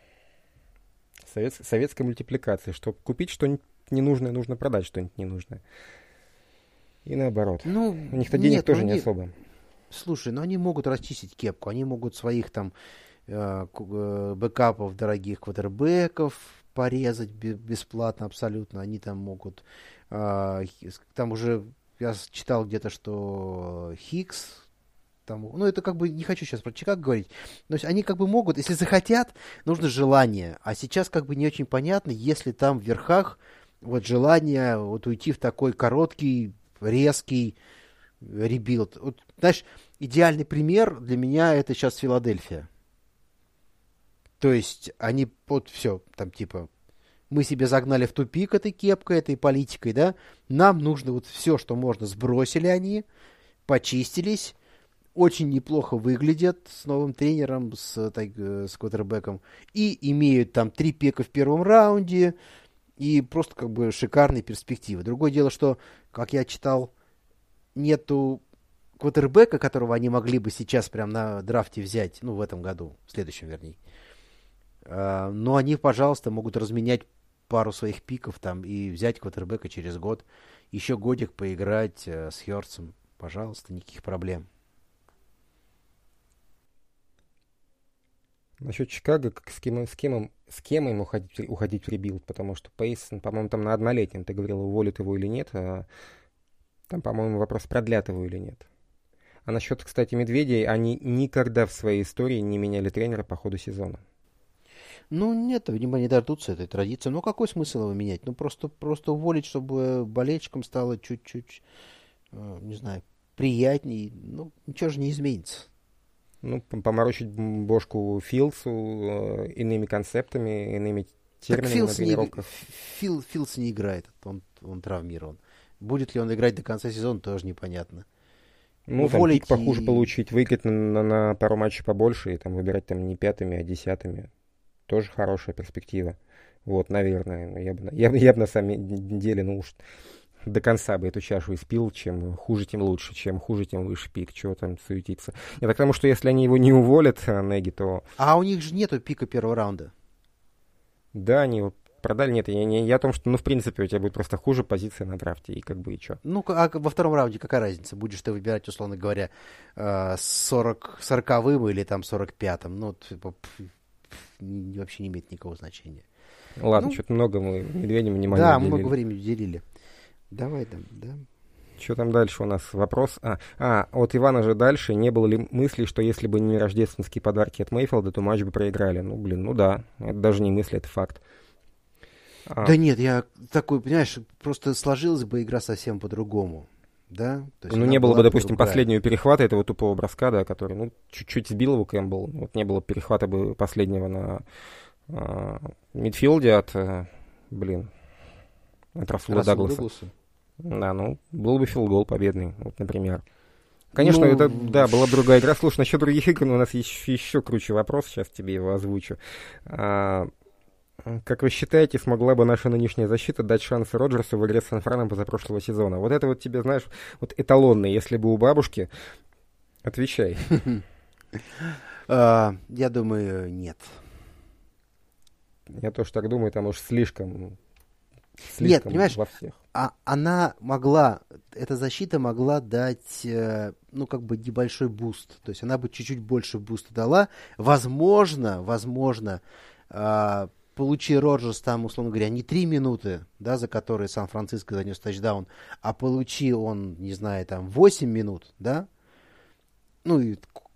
совет, советской мультипликации. Чтобы купить что-нибудь ненужное, нужно продать что-нибудь ненужное. И наоборот. Ну, у них-то денег нет, тоже они, не особо. Слушай, ну они могут расчистить кепку, они могут своих там э, бэкапов дорогих квотербеков порезать бесплатно абсолютно. Они там могут... Э, там уже я читал где-то, что Хикс... Там, ну, это как бы, не хочу сейчас про Чикаго говорить, но они как бы могут, если захотят, нужно желание. А сейчас как бы не очень понятно, если там в верхах вот желание вот уйти в такой короткий, резкий ребилд. Вот, знаешь, идеальный пример для меня это сейчас Филадельфия. То есть они вот все, там типа, мы себе загнали в тупик этой кепкой, этой политикой, да, нам нужно вот все, что можно, сбросили они, почистились, очень неплохо выглядят с новым тренером, с, так, с квотербеком, и имеют там три пика в первом раунде, и просто как бы шикарные перспективы. Другое дело, что, как я читал, нету квотербека, которого они могли бы сейчас прям на драфте взять, ну, в этом году, в следующем, вернее. А, но они, пожалуйста, могут разменять пару своих пиков там и взять квотербека через год, еще годик поиграть э, с Хёртсом. Пожалуйста, никаких проблем. Насчет Чикаго, как с кем, с кем, с кем им уходить, уходить в ребилд, потому что Пейс, по-моему, там на однолетнем, ты говорил, уволят его или нет, а там, по-моему, вопрос, продлят его или нет. А насчет, кстати, Медведей, они никогда в своей истории не меняли тренера по ходу сезона. Ну, нет, видимо, не дождутся этой традиции. Ну, какой смысл его менять? Ну, просто, просто уволить, чтобы болельщикам стало чуть-чуть, э, не знаю, приятней. Ну, ничего же не изменится. Ну, поморочить бошку Филдсу э, иными концептами, иными терминами Филдс на тренировках. Не, Фил, Филдс не играет, он, он травмирован. Будет ли он играть до конца сезона, тоже непонятно. Ну, там пик похуже и... получить, выиграть на, на, на пару матчей побольше и там выбирать там не пятыми, а десятыми. Тоже хорошая перспектива. Вот, наверное. Я бы, я, я бы на самом деле, ну уж до конца бы эту чашу испил, чем хуже, тем лучше, чем хуже, тем выше пик, чего там суетиться. Я так потому, что если они его не уволят, Неги, то... А у них же нету пика первого раунда. Да, они его продали, нет, я, не, я о том, что, ну, в принципе, у тебя будет просто хуже позиция на драфте, и как бы и что. Ну, а во втором раунде какая разница? Будешь ты выбирать, условно говоря, сорок, сороковым или там сорок пятым, ну, типа, вообще не имеет никакого значения. Ладно, ну, что-то много мы Медведям внимания Да, уделили. много времени уделили. Давай там, да. Что там дальше у нас? Вопрос. А, а, от Ивана же дальше. Не было ли мысли, что если бы не рождественские подарки от Мейфилда, то матч бы проиграли? Ну, блин, ну да. Это даже не мысли, это факт. А... Да нет, я такой, понимаешь, просто сложилась бы игра совсем по-другому. Да? То есть ну, не было бы, допустим, другая. последнего перехвата этого тупого броска, да, который, ну, чуть-чуть сбил его Кэмпбелл. Вот не было перехвата бы последнего на а, мидфилде от, а, блин, от Расула Дагласа. Дагласа. Да, ну, был бы филгол победный, вот, например. Конечно, ну, это, да, была бы другая игра. Слушай, насчет других игр у нас еще, еще круче вопрос, сейчас тебе его озвучу. А, как вы считаете, смогла бы наша нынешняя защита дать шансы Роджерсу в игре с Сан-Франом позапрошлого сезона? Вот это вот тебе, знаешь, вот эталонный, если бы у бабушки. Отвечай. Я думаю, нет. Я тоже так думаю, там уж слишком... Слишком Нет, понимаешь, во всех. А, она могла, эта защита могла дать, э, ну, как бы небольшой буст. То есть она бы чуть-чуть больше буста дала. Возможно, возможно, э, получи Роджерс там, условно говоря, не три минуты, да, за которые Сан-Франциско занес тачдаун, а получи он, не знаю, там восемь минут, да, ну, и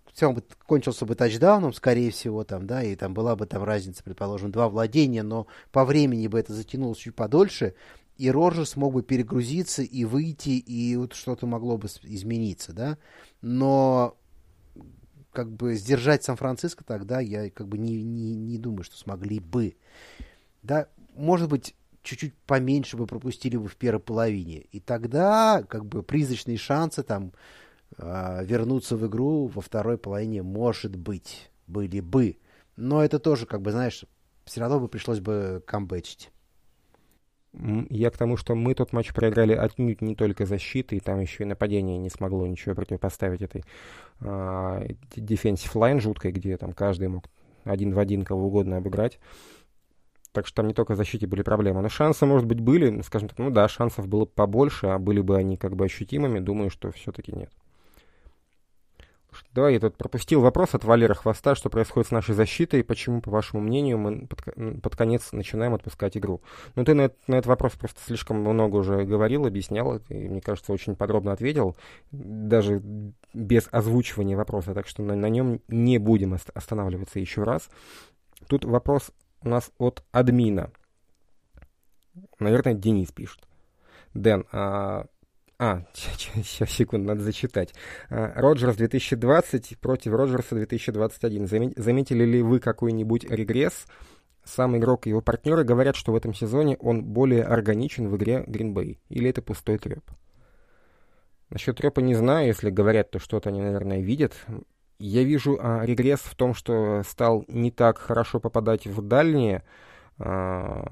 все бы кончился бы тачдауном, скорее всего, там, да, и там была бы там разница, предположим, два владения, но по времени бы это затянулось чуть подольше, и Роджерс мог бы перегрузиться и выйти, и вот что-то могло бы измениться, да, но как бы сдержать Сан-Франциско тогда я как бы не, не, не думаю, что смогли бы, да, может быть, чуть-чуть поменьше бы пропустили бы в первой половине, и тогда как бы призрачные шансы там вернуться в игру во второй половине, может быть, были бы. Но это тоже, как бы, знаешь, все равно бы пришлось бы камбэчить. Я к тому, что мы тот матч проиграли отнюдь не только защитой, и там еще и нападение не смогло ничего противопоставить этой defensive line жуткой, где там каждый мог один в один кого угодно обыграть. Так что там не только в защите были проблемы. Но шансы, может быть, были, скажем так, ну да, шансов было побольше, а были бы они как бы ощутимыми, думаю, что все-таки нет. Давай, я тут пропустил вопрос от Валеры Хвоста, что происходит с нашей защитой, и почему, по вашему мнению, мы под, под конец начинаем отпускать игру. Ну, ты на, это, на этот вопрос просто слишком много уже говорил, объяснял, и, мне кажется, очень подробно ответил, даже без озвучивания вопроса, так что на, на нем не будем останавливаться еще раз. Тут вопрос у нас от админа. Наверное, Денис пишет. Дэн, а... А, сейчас, секунду, надо зачитать. Роджерс две тысячи двадцать против Роджерса две тысячи двадцать один. Заметили ли вы какой-нибудь регресс? Сам игрок и его партнеры говорят, что в этом сезоне он более органичен в игре Green Bay. Или это пустой треп? Насчет трепа не знаю. Если говорят, то что-то они, наверное, видят. Я вижу а, регресс в том, что стал не так хорошо попадать в дальние. А,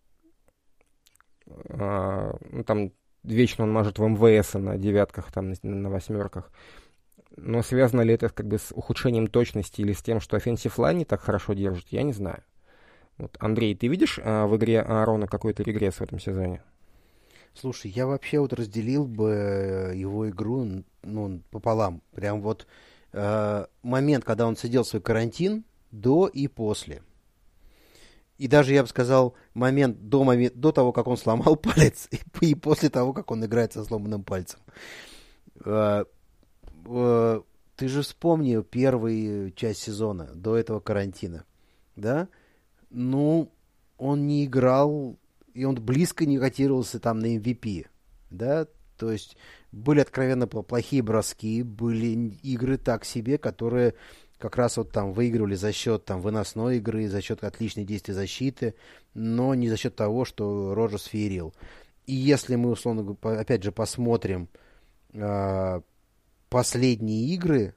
а, ну, там... Вечно он мажет в МВС на девятках, там, на, на восьмерках. Но связано ли это как бы с ухудшением точности или с тем, что offensive line не так хорошо держит, я не знаю. Вот, Андрей, ты видишь а, в игре Аарона какой-то регресс в этом сезоне? Слушай, я вообще вот разделил бы его игру, ну, пополам. Прям вот э, момент, когда он сидел свой карантин, до и после. И даже, я бы сказал, момент до, момент, до того, как он сломал палец, и, и после того, как он играет со сломанным пальцем. Э, э, ты же вспомни первую часть сезона, до этого карантина. Да? Ну, он не играл, и он близко не котировался там на эм ви пи. Да? То есть были откровенно плохие броски, были игры так себе, которые... как раз вот там выигрывали за счет там выносной игры, за счет отличной действия защиты, но не за счет того, что Роджерс феерил. И если мы, условно, опять же, посмотрим э, последние игры,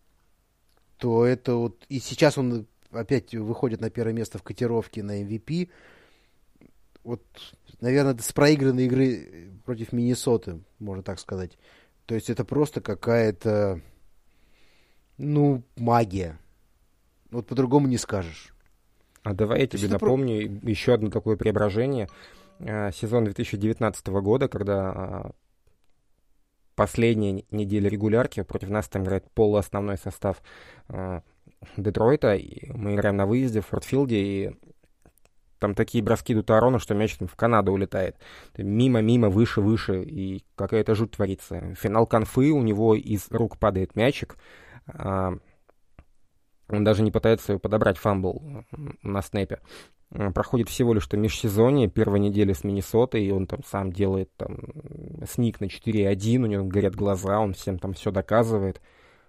то это вот... И сейчас он опять выходит на первое место в котировке на эм ви пи. Вот, наверное, с проигранной игры против Миннесоты, можно так сказать. То есть это просто какая-то... Ну, магия. Вот по-другому не скажешь. А давай я тебе напомню про... еще одно такое преображение. Сезон две тысячи девятнадцатого года, когда последняя неделя регулярки, против нас там играет полуосновной состав Детройта, и мы играем на выезде в Фордфилде, и там такие броски идут Аарона, что мяч там в Канаду улетает. Мимо, мимо, выше, выше, и какая-то жуть творится. Финал конфы, у него из рук падает мячик, он даже не пытается его подобрать, фамбл на снэпе. Проходит всего лишь что межсезонье, первая неделя с Миннесотой, и он там сам делает там сник на четыре один, у него горят глаза, он всем там все доказывает.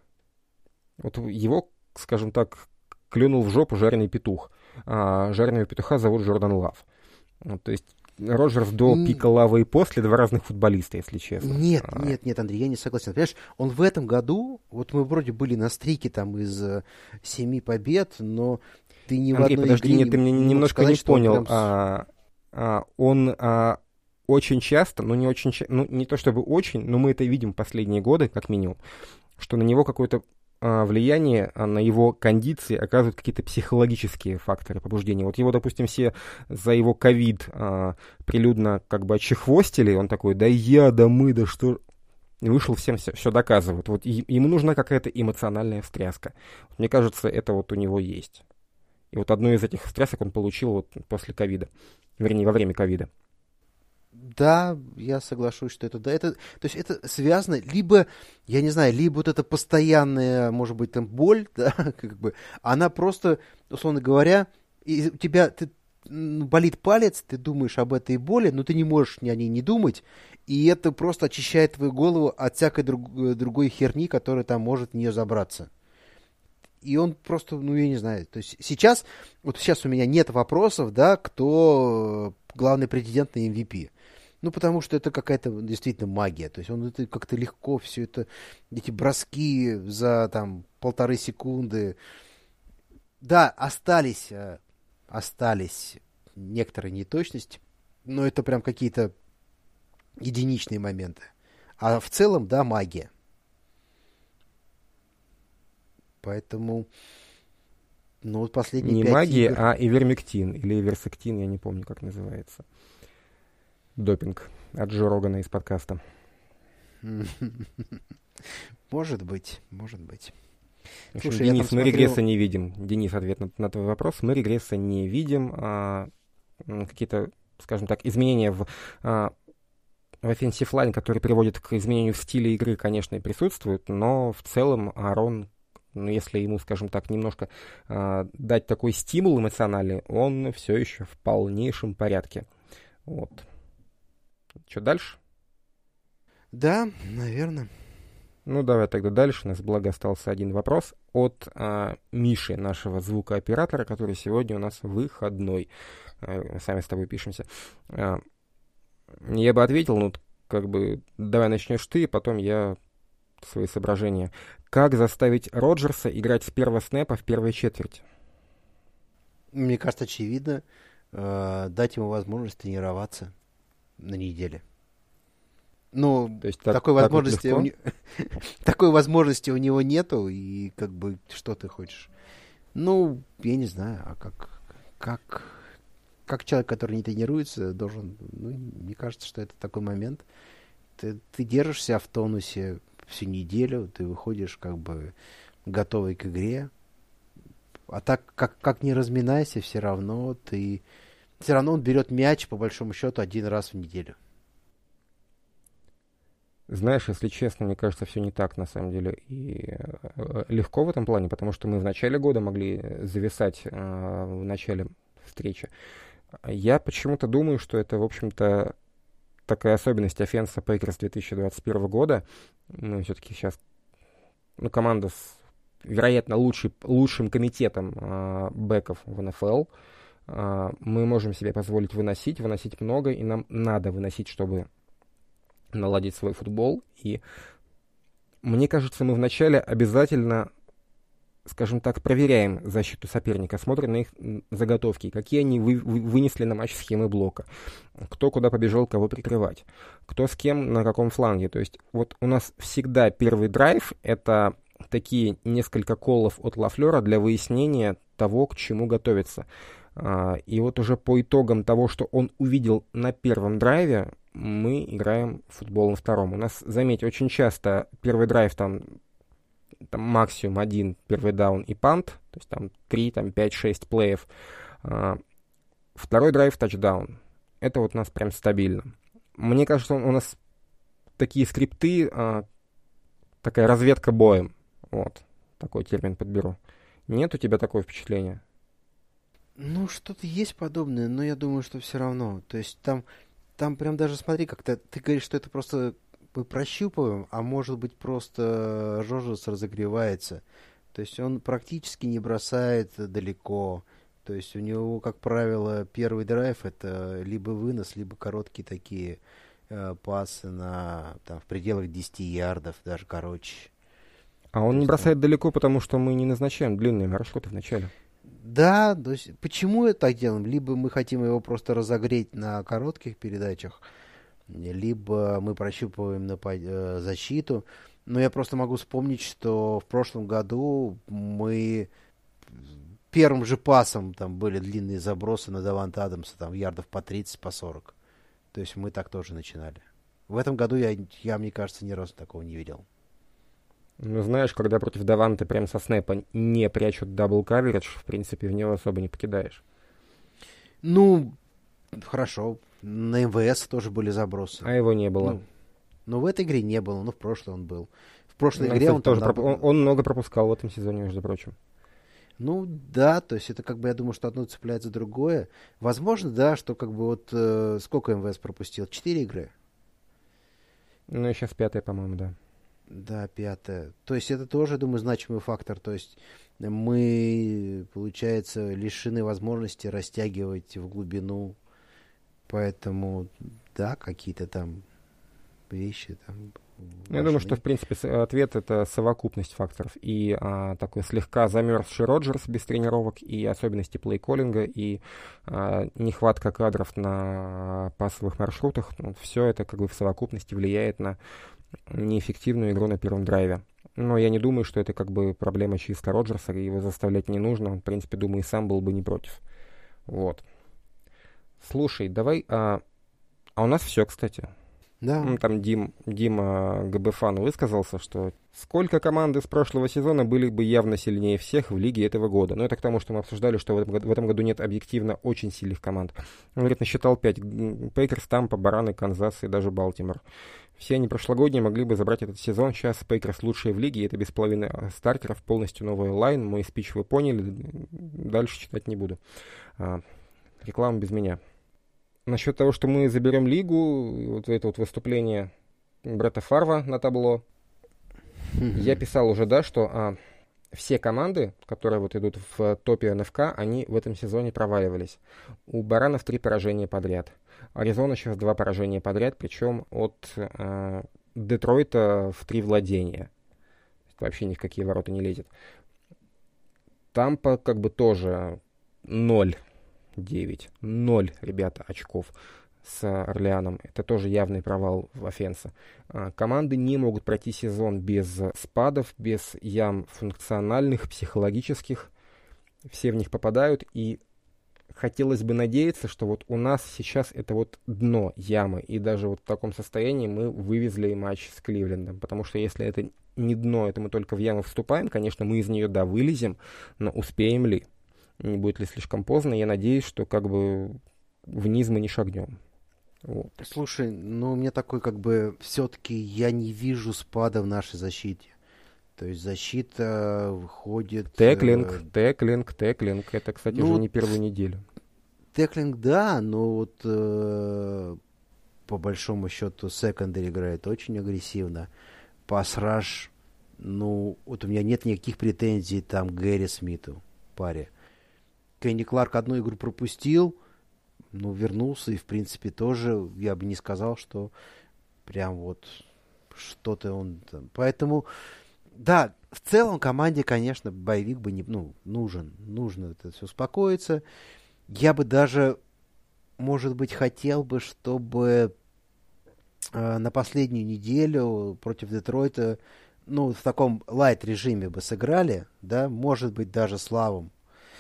Вот его, скажем так, клюнул в жопу жареный петух. А жареного петуха зовут Джордан Лав. Вот, то есть Роджерс до не... пика Лавы и после два разных футболиста, если честно. Нет, а... нет, нет, Андрей, я не согласен. Понимаешь, он в этом году, вот мы вроде были на стрике там из э, семи побед, но ты ни Андрей, в одной подожди, игре нет, не, ты мне не немножко сказать, не понял. Он, прям... а, а, он а, очень часто, ну не очень часто, ну не то чтобы очень, но мы это видим в последние годы, как минимум, что на него какое-то влияние на его кондиции оказывают какие-то психологические факторы побуждения. Вот его, допустим, все за его ковид а, прилюдно как бы отчехвостили, он такой, да я, да мы, да что... И вышел, всем все, все доказывают. Вот и, ему нужна какая-то эмоциональная встряска. Мне кажется, это вот у него есть. И вот одну из этих встрясок он получил вот после ковида. Вернее, во время ковида. Да, я соглашусь, что это да. Это, то есть это связано, либо, я не знаю, либо вот эта постоянная, может быть, там боль, да, как бы, она просто, условно говоря, и у тебя ты, м, болит палец, ты думаешь об этой боли, но ты не можешь ни о ней не думать, и это просто очищает твою голову от всякой друг- э, другой херни, которая там может в нее забраться. И он просто, ну, я не знаю, то есть сейчас, вот сейчас у меня нет вопросов, да, кто э, главный претендент на эм ви пи. Ну, потому что это какая-то действительно магия. То есть он это как-то легко все это, эти броски за там полторы секунды. Да, остались, э, остались некоторые неточности, но это прям какие-то единичные моменты. А в целом, да, магия. Поэтому, ну, вот последние Не пять магия, игр. а ивермектин или иверсектин, я не помню, как называется. Допинг от Джо Рогана из подкаста. Может быть, может быть. В общем, Слушай, я там Денис, мы смотрел... регресса не видим. Денис, ответ на, на твой вопрос. Мы регресса не видим. А, м, какие-то, скажем так, изменения в, а, в offensive line, которые приводят к изменению в стиле игры, конечно, и присутствуют, но в целом Аарон, ну, если ему, скажем так, немножко а, дать такой стимул эмоциональный, он все еще в полнейшем порядке. Вот. Что дальше? Да, наверное. Ну, давай тогда дальше. У нас, благо, остался один вопрос от а, Миши, нашего звукооператора, который сегодня у нас выходной. А, сами с тобой пишемся. А, я бы ответил, ну, как бы, давай начнешь ты, потом я свои соображения. Как заставить Роджерса играть с первого снэпа в первой четверти? Мне кажется, очевидно, э, дать ему возможность тренироваться на неделе. Ну, То есть так, такой так вот возможности у легко? не- такой возможности у него нету, и как бы что ты хочешь? Ну, я не знаю, а как, как, как человек, который не тренируется, должен, ну, мне кажется, что это такой момент. Ты, ты держишься в тонусе всю неделю, ты выходишь как бы готовый к игре, а так как, как не разминайся, все равно ты, все равно он берет мяч по большому счету один раз в неделю. Знаешь, если честно, мне кажется, все не так на самом деле и э, легко в этом плане, потому что мы в начале года могли зависать э, в начале встречи. Я почему-то думаю, что это, в общем-то, такая особенность офенса Пейкерс две тысячи двадцать первого года. Мы все-таки сейчас, ну, команда с, вероятно, лучший, лучшим комитетом э, бэков в эн эф эл. Э, мы можем себе позволить выносить, выносить много, и нам надо выносить, чтобы наладить свой футбол. И мне кажется, мы вначале обязательно, скажем так, проверяем защиту соперника, смотрим на их заготовки, какие они вы, вы, вынесли на матч схемы блока, кто куда побежал, кого прикрывать, кто с кем на каком фланге. То есть вот у нас всегда первый драйв — это такие несколько коллов от Лафлера для выяснения того, к чему готовиться. И вот уже по итогам того, что он увидел на первом драйве, мы играем в футбол на втором. У нас, заметь, очень часто первый драйв там, там максимум один первый даун и пант, то есть там три, там пять, шесть плеев. А, второй драйв тачдаун. Это вот у нас прям стабильно. Мне кажется, у нас такие скрипты, а, такая разведка боем. Вот, такой термин подберу. Нет у тебя такого впечатления? Ну, что-то есть подобное, но я думаю, что все равно. То есть там, там прям даже смотри, как-то ты говоришь, что это просто мы прощупываем, а может быть просто Жожес разогревается. То есть он практически не бросает далеко. То есть у него, как правило, первый драйв это либо вынос, либо короткие такие э, пасы на там, в пределах десяти ярдов, даже короче. А То он не есть там бросает далеко, потому что мы не назначаем длинные маршруты в начале. да, то есть почему это так делаем? Либо мы хотим его просто разогреть на коротких передачах, либо мы прощупываем на по- э, защиту. Но я просто могу вспомнить, что в прошлом году мы первым же пасом там были длинные забросы на Даванта Адамса, там ярдов по тридцать, по сорок. То есть мы так тоже начинали. В этом году я, я мне кажется, ни разу такого не видел. Ну, знаешь, когда против Даванты прям со снэпа не прячут дабл каверидж, в принципе, в него особо не покидаешь. Ну, хорошо. На МВС тоже были забросы. А его не было. Ну, но в этой игре не было, но в прошлой он был. В прошлой Ну, игре кстати, он тоже там... проп- он, он много пропускал в этом сезоне, между прочим. Ну да, то есть это как бы, я думаю, что одно цепляет за другое. Возможно, да, что как бы вот э, сколько МВС пропустил? Четыре игры? Ну и сейчас пятая, по-моему, да. Да, пятая. То есть это тоже, думаю, значимый фактор. То есть мы, получается, лишены возможности растягивать в глубину. Поэтому, да, какие-то там вещи там Ну, я думаю, что, в принципе, с- ответ — это совокупность факторов. И а, такой слегка замерзший Роджерс без тренировок, и особенности плей-коллинга, и а, нехватка кадров на пасовых маршрутах. Ну, все это как бы в совокупности влияет на неэффективную игру на первом драйве. Но я не думаю, что это как бы проблема чисто Роджерса, и его заставлять не нужно. Он, в принципе, думаю, и сам был бы не против. Вот. Слушай, давай... А, а у нас все, кстати. Да. Ну, там Дим, Дима ГБФан высказался, что сколько команды с прошлого сезона были бы явно сильнее всех в лиге этого года. Но это к тому, что мы обсуждали, что в этом, году- в этом году нет объективно очень сильных команд. Он говорит, насчитал пять. Пейкерс, Тампа, Бараны, Канзас и даже Балтимор. Все они прошлогодние могли бы забрать этот сезон. Сейчас Пейкерс лучшие в лиге, и это без половины стартеров, полностью новый лайн. Мой спич вы поняли, дальше читать не буду. А, реклама без меня. Насчет того, что мы заберем лигу, вот это вот выступление Бретта Фарва на табло, я писал уже, да, что а, все команды, которые вот идут в топе эн эф ка, они в этом сезоне проваливались. У Баранов три поражения подряд. Аризона сейчас два поражения подряд, причем от а, Детройта в три владения. Вообще ни в какие ворота не лезет. Тампа как бы тоже ноль. девять. ноль, ребята, очков с Орлеаном. Это тоже явный провал в офенсе. А, команды не могут пройти сезон без спадов, без ям функциональных, психологических. Все в них попадают. И хотелось бы надеяться, что вот у нас сейчас это вот дно ямы. И даже вот в таком состоянии мы вывезли матч с Кливлендом. Потому что если это не дно, это мы только в яму вступаем, конечно, мы из нее, да, вылезем, но успеем ли? Не будет ли слишком поздно? Я надеюсь, что как бы вниз мы не шагнем. Вот. Слушай, ну у меня такой как бы все-таки я не вижу спада в нашей защите. То есть защита выходит... Теклинг, э, теклинг, теклинг. Это, кстати, ну, уже не первую неделю. Теклинг, да, но вот э, по большому счету секондари играет очень агрессивно. Пас-раш, ну вот у меня нет никаких претензий там к Гэри Смиту в паре. Кенни Кларк одну игру пропустил, ну, вернулся, и, в принципе, тоже я бы не сказал, что прям вот что-то он там. Поэтому, да, в целом команде, конечно, боевик бы не, ну, нужен. Нужно это все успокоиться. Я бы даже, может быть, хотел бы, чтобы э, на последнюю неделю против Детройта, ну, в таком лайт-режиме бы сыграли, да, может быть, даже с Лавом.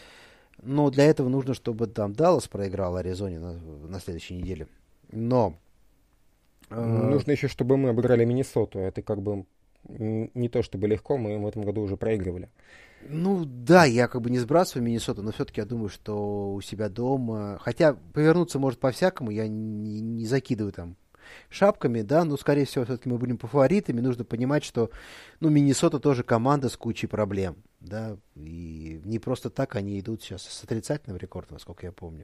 Но для этого нужно, чтобы там Даллас проиграл Аризоне на, на следующей неделе. Но... Э... Нужно еще, чтобы мы обыграли Миннесоту. Это как бы не то чтобы легко, мы в этом году уже проигрывали. Ну да, я как бы не сбрасываю Миннесоту, но все-таки я думаю, что у себя дома... Хотя повернуться может по-всякому, я не, не закидываю там шапками, да, но, скорее всего, все-таки мы будем по фаворитами. Нужно понимать, что, ну, Миннесота тоже команда с кучей проблем, да, и не просто так они идут сейчас с отрицательным рекордом, насколько я помню.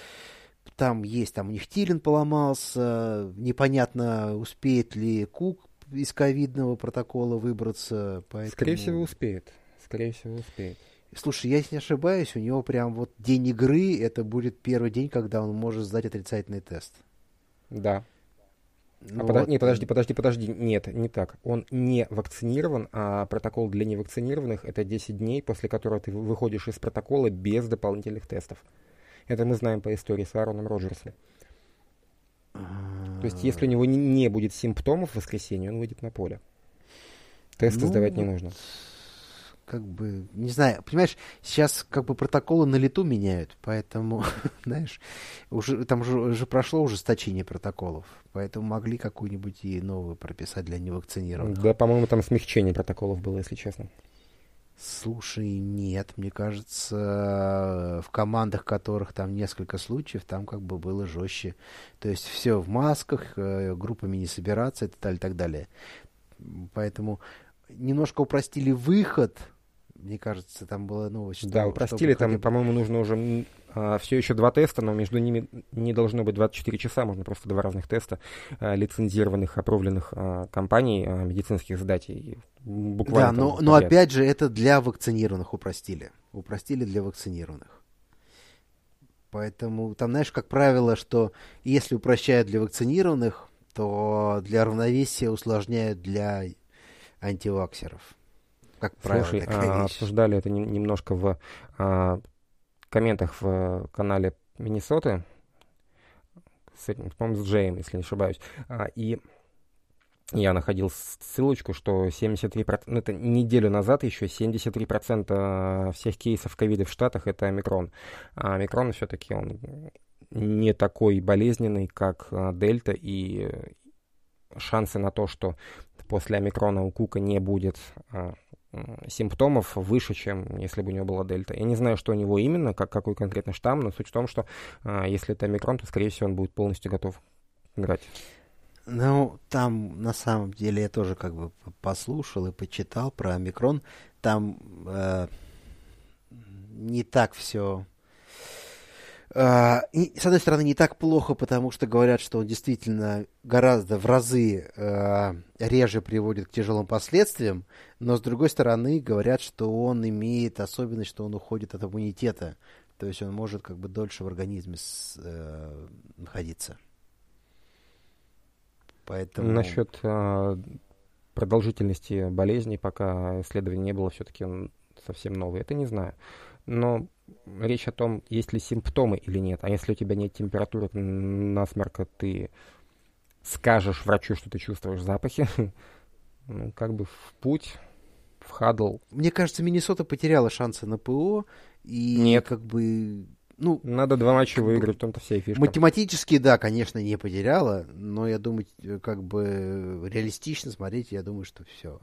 Там есть, там у них Тилин поломался, непонятно, успеет ли Кук из ковидного протокола выбраться, поэтому... Скорее всего, успеет. Скорее всего, успеет. Слушай, я если не ошибаюсь, у него прям вот день игры, это будет первый день, когда он может сдать отрицательный тест. Да. Ну, а подо... вот, Не, подожди, подожди, подожди. Нет, не так. Он не вакцинирован, а протокол для невакцинированных — это десять дней, после которого ты выходишь из протокола без дополнительных тестов. Это мы знаем по истории с Аароном Роджерсом. То есть, если у него не, не будет симптомов в воскресенье, он выйдет на поле. Тесты ну, сдавать не вот, нужно. Как бы, не знаю, понимаешь, сейчас как бы протоколы на лету меняют, поэтому, знаешь, уже там же уже прошло ужесточение протоколов, поэтому могли какую-нибудь и новую прописать для невакцинированных. Да, по-моему, там смягчение протоколов было, если честно. Слушай, нет, мне кажется, в командах, которых там несколько случаев, там как бы было жестче. То есть все в масках, э, группами не собираться и так далее, так далее. Поэтому немножко упростили выход. Мне кажется, там была новость, что... Да, упростили, там, бы... по-моему, нужно уже а, все еще два теста, но между ними не должно быть двадцать четыре часа, можно просто два разных теста а, лицензированных, опробленных а, компаний а, медицинских сдать. И буквально да, но, там, но опять же, это для вакцинированных упростили. Упростили для вакцинированных. Поэтому там, знаешь, как правило, что если упрощают для вакцинированных, то для равновесия усложняют для антиваксеров. Как правило, Слушай, такая а, вещь. обсуждали это не- немножко в а, комментах в канале Миннесоты, с этим, по-моему, с Джеем, если не ошибаюсь. А, и я находил ссылочку, что семьдесят три процента, ну, это неделю назад еще, семьдесят три процента всех кейсов ковида в Штатах это омикрон. А омикрон все-таки он не такой болезненный, как а, дельта, и шансы на то, что после омикрона у Кука не будет а, симптомов, выше, чем если бы у него была дельта. Я не знаю, что у него именно, как, какой конкретно штамм, но суть в том, что а, если это омикрон, то, скорее всего, он будет полностью готов играть. Ну, там, на самом деле, я тоже как бы послушал и почитал про омикрон. Там э, не так все... Э, и, с одной стороны, не так плохо, потому что говорят, что он действительно гораздо в разы э, реже приводит к тяжелым последствиям, но с другой стороны, говорят, что он имеет особенность, что он уходит от иммунитета. То есть он может как бы дольше в организме с, э, находиться. Поэтому... Насчет э, продолжительности болезни, пока исследований не было, все-таки он совсем новый. Это не знаю. Но речь о том, есть ли симптомы или нет. А если у тебя нет температуры, насморка, ты скажешь врачу, что ты чувствуешь запахи, ну, как бы в путь, в хадл. Мне кажется, Миннесота потеряла шансы на ПО. И Нет. как бы... Ну, надо два матча выиграть, в том-то вся и фишка. Математически, да, конечно, не потеряла, но я думаю, как бы реалистично смотреть, я думаю, что все.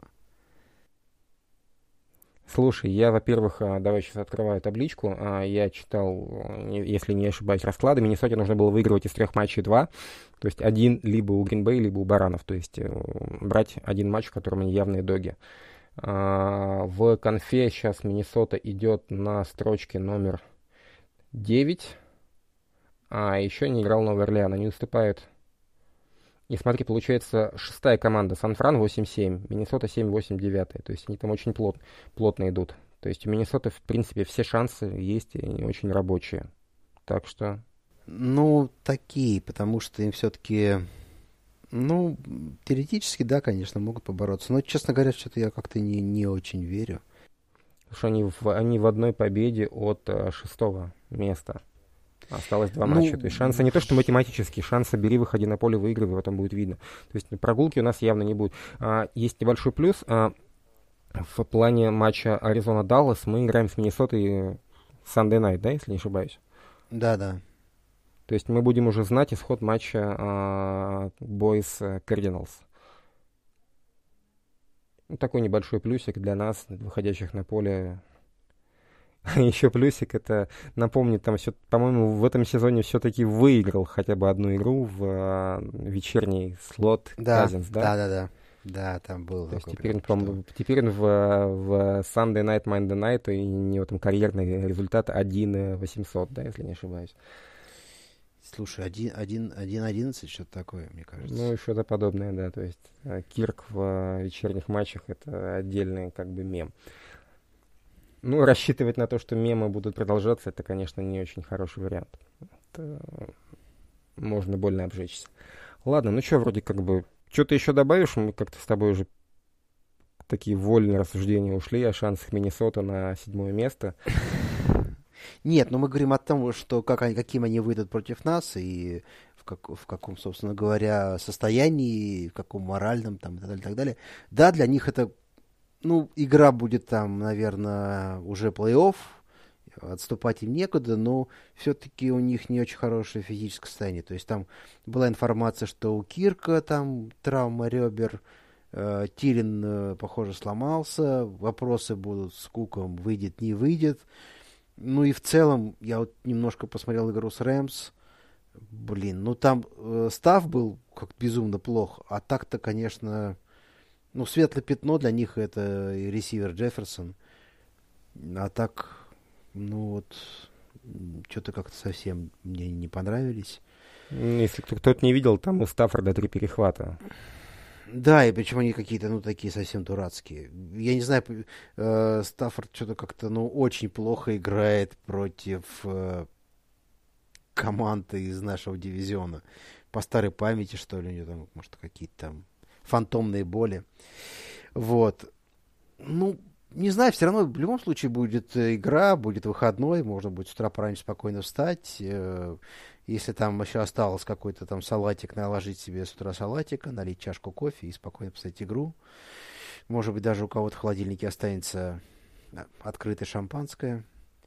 Слушай, я, во-первых, давай сейчас открываю табличку. Я читал, если не ошибаюсь, расклады. Миннесоте нужно было выигрывать из трех матчей два. То есть один либо у Грин Бэй, либо у Баранов. То есть брать один матч, в котором они явные доги. В конфе сейчас Миннесота идет на строчке номер девять. А еще не играл Новый Орлеан. Они уступают. И смотри, получается шестая команда. Сан-Фран восемь семь, Миннесота семь восемь девять. То есть они там очень плот, плотно идут. То есть у Миннесоты, в принципе, все шансы есть, и они очень рабочие. Так что... Ну, такие, потому что им все-таки... Ну, теоретически, да, конечно, могут побороться. Но, честно говоря, что-то я как-то не, не очень верю. Потому что они в, они в одной победе от а, шестого места. Осталось два Ну, матча. То есть шансы не то, что математические, шансы бери, выходи на поле, выигрывай, в этом будет видно. То есть прогулки у нас явно не будет. А, есть небольшой плюс. А, в плане матча Аризона-Даллас мы играем с Миннесотой Sunday Night, да, если не ошибаюсь? Да, да. То есть мы будем уже знать исход матча Boys Cardinals. Ну, такой небольшой плюсик для нас, выходящих на поле. Еще плюсик, это, напомню, там все, по-моему, в этом сезоне все-таки выиграл хотя бы одну игру в а, вечерний слот Да, Казинс, да? да, да, да. Да, там был. То есть такой теперь, прям, он, что... теперь он в, в Sunday Night, Monday Night, и у него там карьерный результат один восемьсот, да, если не ошибаюсь. Слушай, один, один, один одиннадцать, что-то такое, мне кажется. Ну, и что-то подобное, да. То есть Кирк в вечерних матчах — это отдельный как бы мем. Ну, рассчитывать на то, что мемы будут продолжаться, это, конечно, не очень хороший вариант. Это... Можно больно обжечься. Ладно, ну что, вроде как бы... Что-то еще добавишь? Мы как-то с тобой уже такие вольные рассуждения ушли о шансах Миннесоты на седьмое место. Нет, но мы говорим о том, что как они, каким они выйдут против нас и в, как, в каком, собственно говоря, состоянии, в каком моральном там, и так далее, и так далее. Да, для них это, ну, игра будет там, наверное, уже плей-офф, отступать им некуда, но все-таки у них не очень хорошее физическое состояние. То есть там была информация, что у Кирка там травма ребер, Э, Тирин, э, похоже, сломался. Вопросы будут с Куком, выйдет, не выйдет. Ну и в целом, я вот немножко посмотрел игру с Рэмс. Блин, ну там э, став был как безумно плох. А так-то, конечно, ну светлое пятно для них это и ресивер Джефферсон. А так, ну вот, что-то как-то совсем мне не понравились. Если кто-то не видел, там у Стаффорда три перехвата. Да, и причем они какие-то, ну, такие совсем дурацкие. Я не знаю, э, Стаффорд что-то как-то, ну, очень плохо играет против э, команды из нашего дивизиона. По старой памяти, что ли, у него там, может, какие-то там фантомные боли. Вот. Ну, не знаю, все равно в любом случае будет игра, будет выходной, можно будет с утра пораньше спокойно встать. Э, Если там еще осталось какой-то там салатик, наложить себе с утра салатика, налить чашку кофе и спокойно посмотреть игру. Может быть, даже у кого-то в холодильнике останется открытое шампанское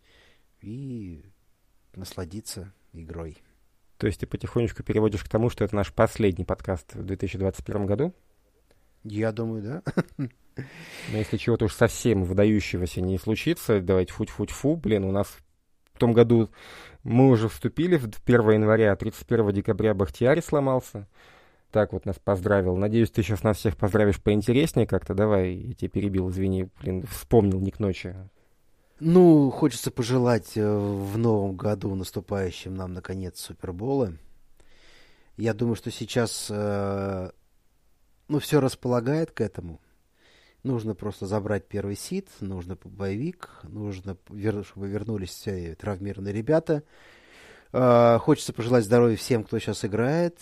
и насладиться игрой. То есть ты потихонечку переводишь к тому, что это наш последний подкаст в две тысячи двадцать первом году? Я думаю, да. Но если чего-то уж совсем выдающегося не случится, давайте фу-фу-фу, блин, у нас в том году мы уже вступили в первого января, а тридцать первого декабря Бахтияри сломался. Так вот нас поздравил. Надеюсь, ты сейчас нас всех поздравишь поинтереснее как-то. Давай, я тебя перебил, извини, блин, вспомнил не к ночи. Ну, хочется пожелать в новом году наступающим нам, наконец, Суперболы. Я думаю, что сейчас, э, ну, все располагает к этому. Нужно просто забрать первый сид, нужно боевик, нужно, чтобы вернулись все травмированные ребята. Э, хочется пожелать здоровья всем, кто сейчас играет,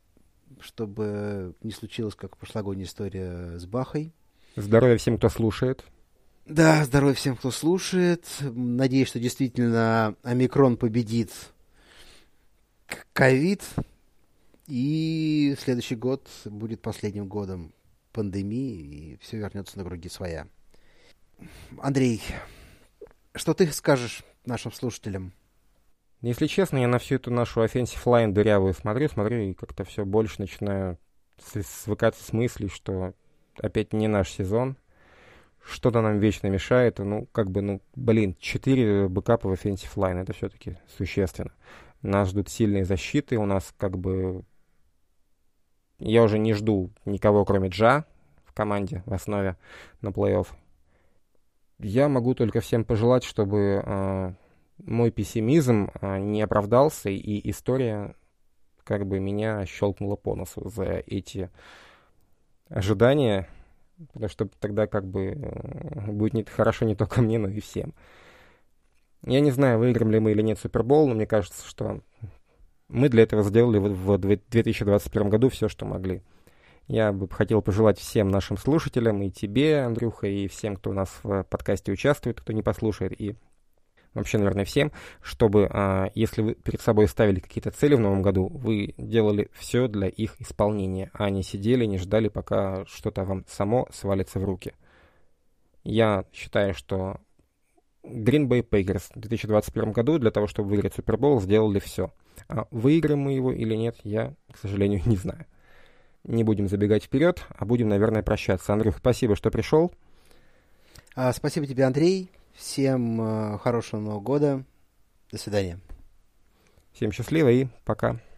чтобы не случилось, как прошлогодняя история с Бахой. Здоровья всем, кто слушает. Да, здоровья всем, кто слушает. Надеюсь, что действительно омикрон победит ковид. И следующий год будет последним годом пандемии, и все вернется на круги своя. Андрей, что ты скажешь нашим слушателям? Если честно, я на всю эту нашу offensive line дырявую смотрю, смотрю, и как-то все больше начинаю свыкаться с мыслью, что опять не наш сезон. Что-то нам вечно мешает. Ну, как бы, ну, блин, четыре бэкапа в offensive line, это все-таки существенно. Нас ждут сильные защиты, у нас как бы... Я уже не жду никого, кроме Джа в команде, в основе на плей-офф. Я могу только всем пожелать, чтобы э, мой пессимизм э, не оправдался, и история как бы меня щелкнула по носу за эти ожидания, потому что тогда как бы э, будет не, хорошо не только мне, но и всем. Я не знаю, выиграем ли мы или нет Супербол, но мне кажется, что мы для этого сделали в две тысячи двадцать первом году все, что могли. Я бы хотел пожелать всем нашим слушателям, и тебе, Андрюха, и всем, кто у нас в подкасте участвует, кто не послушает, и вообще, наверное, всем, чтобы, а, если вы перед собой ставили какие-то цели в новом году, вы делали все для их исполнения, а не сидели, не ждали, пока что-то вам само свалится в руки. Я считаю, что Green Bay Packers в две тысячи двадцать первом году для того, чтобы выиграть Супербол, сделали все. А выиграем мы его или нет, я, к сожалению, не знаю. Не будем забегать вперед, а будем, наверное, прощаться. Андрюх, спасибо, что пришел. А, спасибо тебе, Андрей. Всем э, хорошего Нового года. До свидания. Всем счастливо и пока.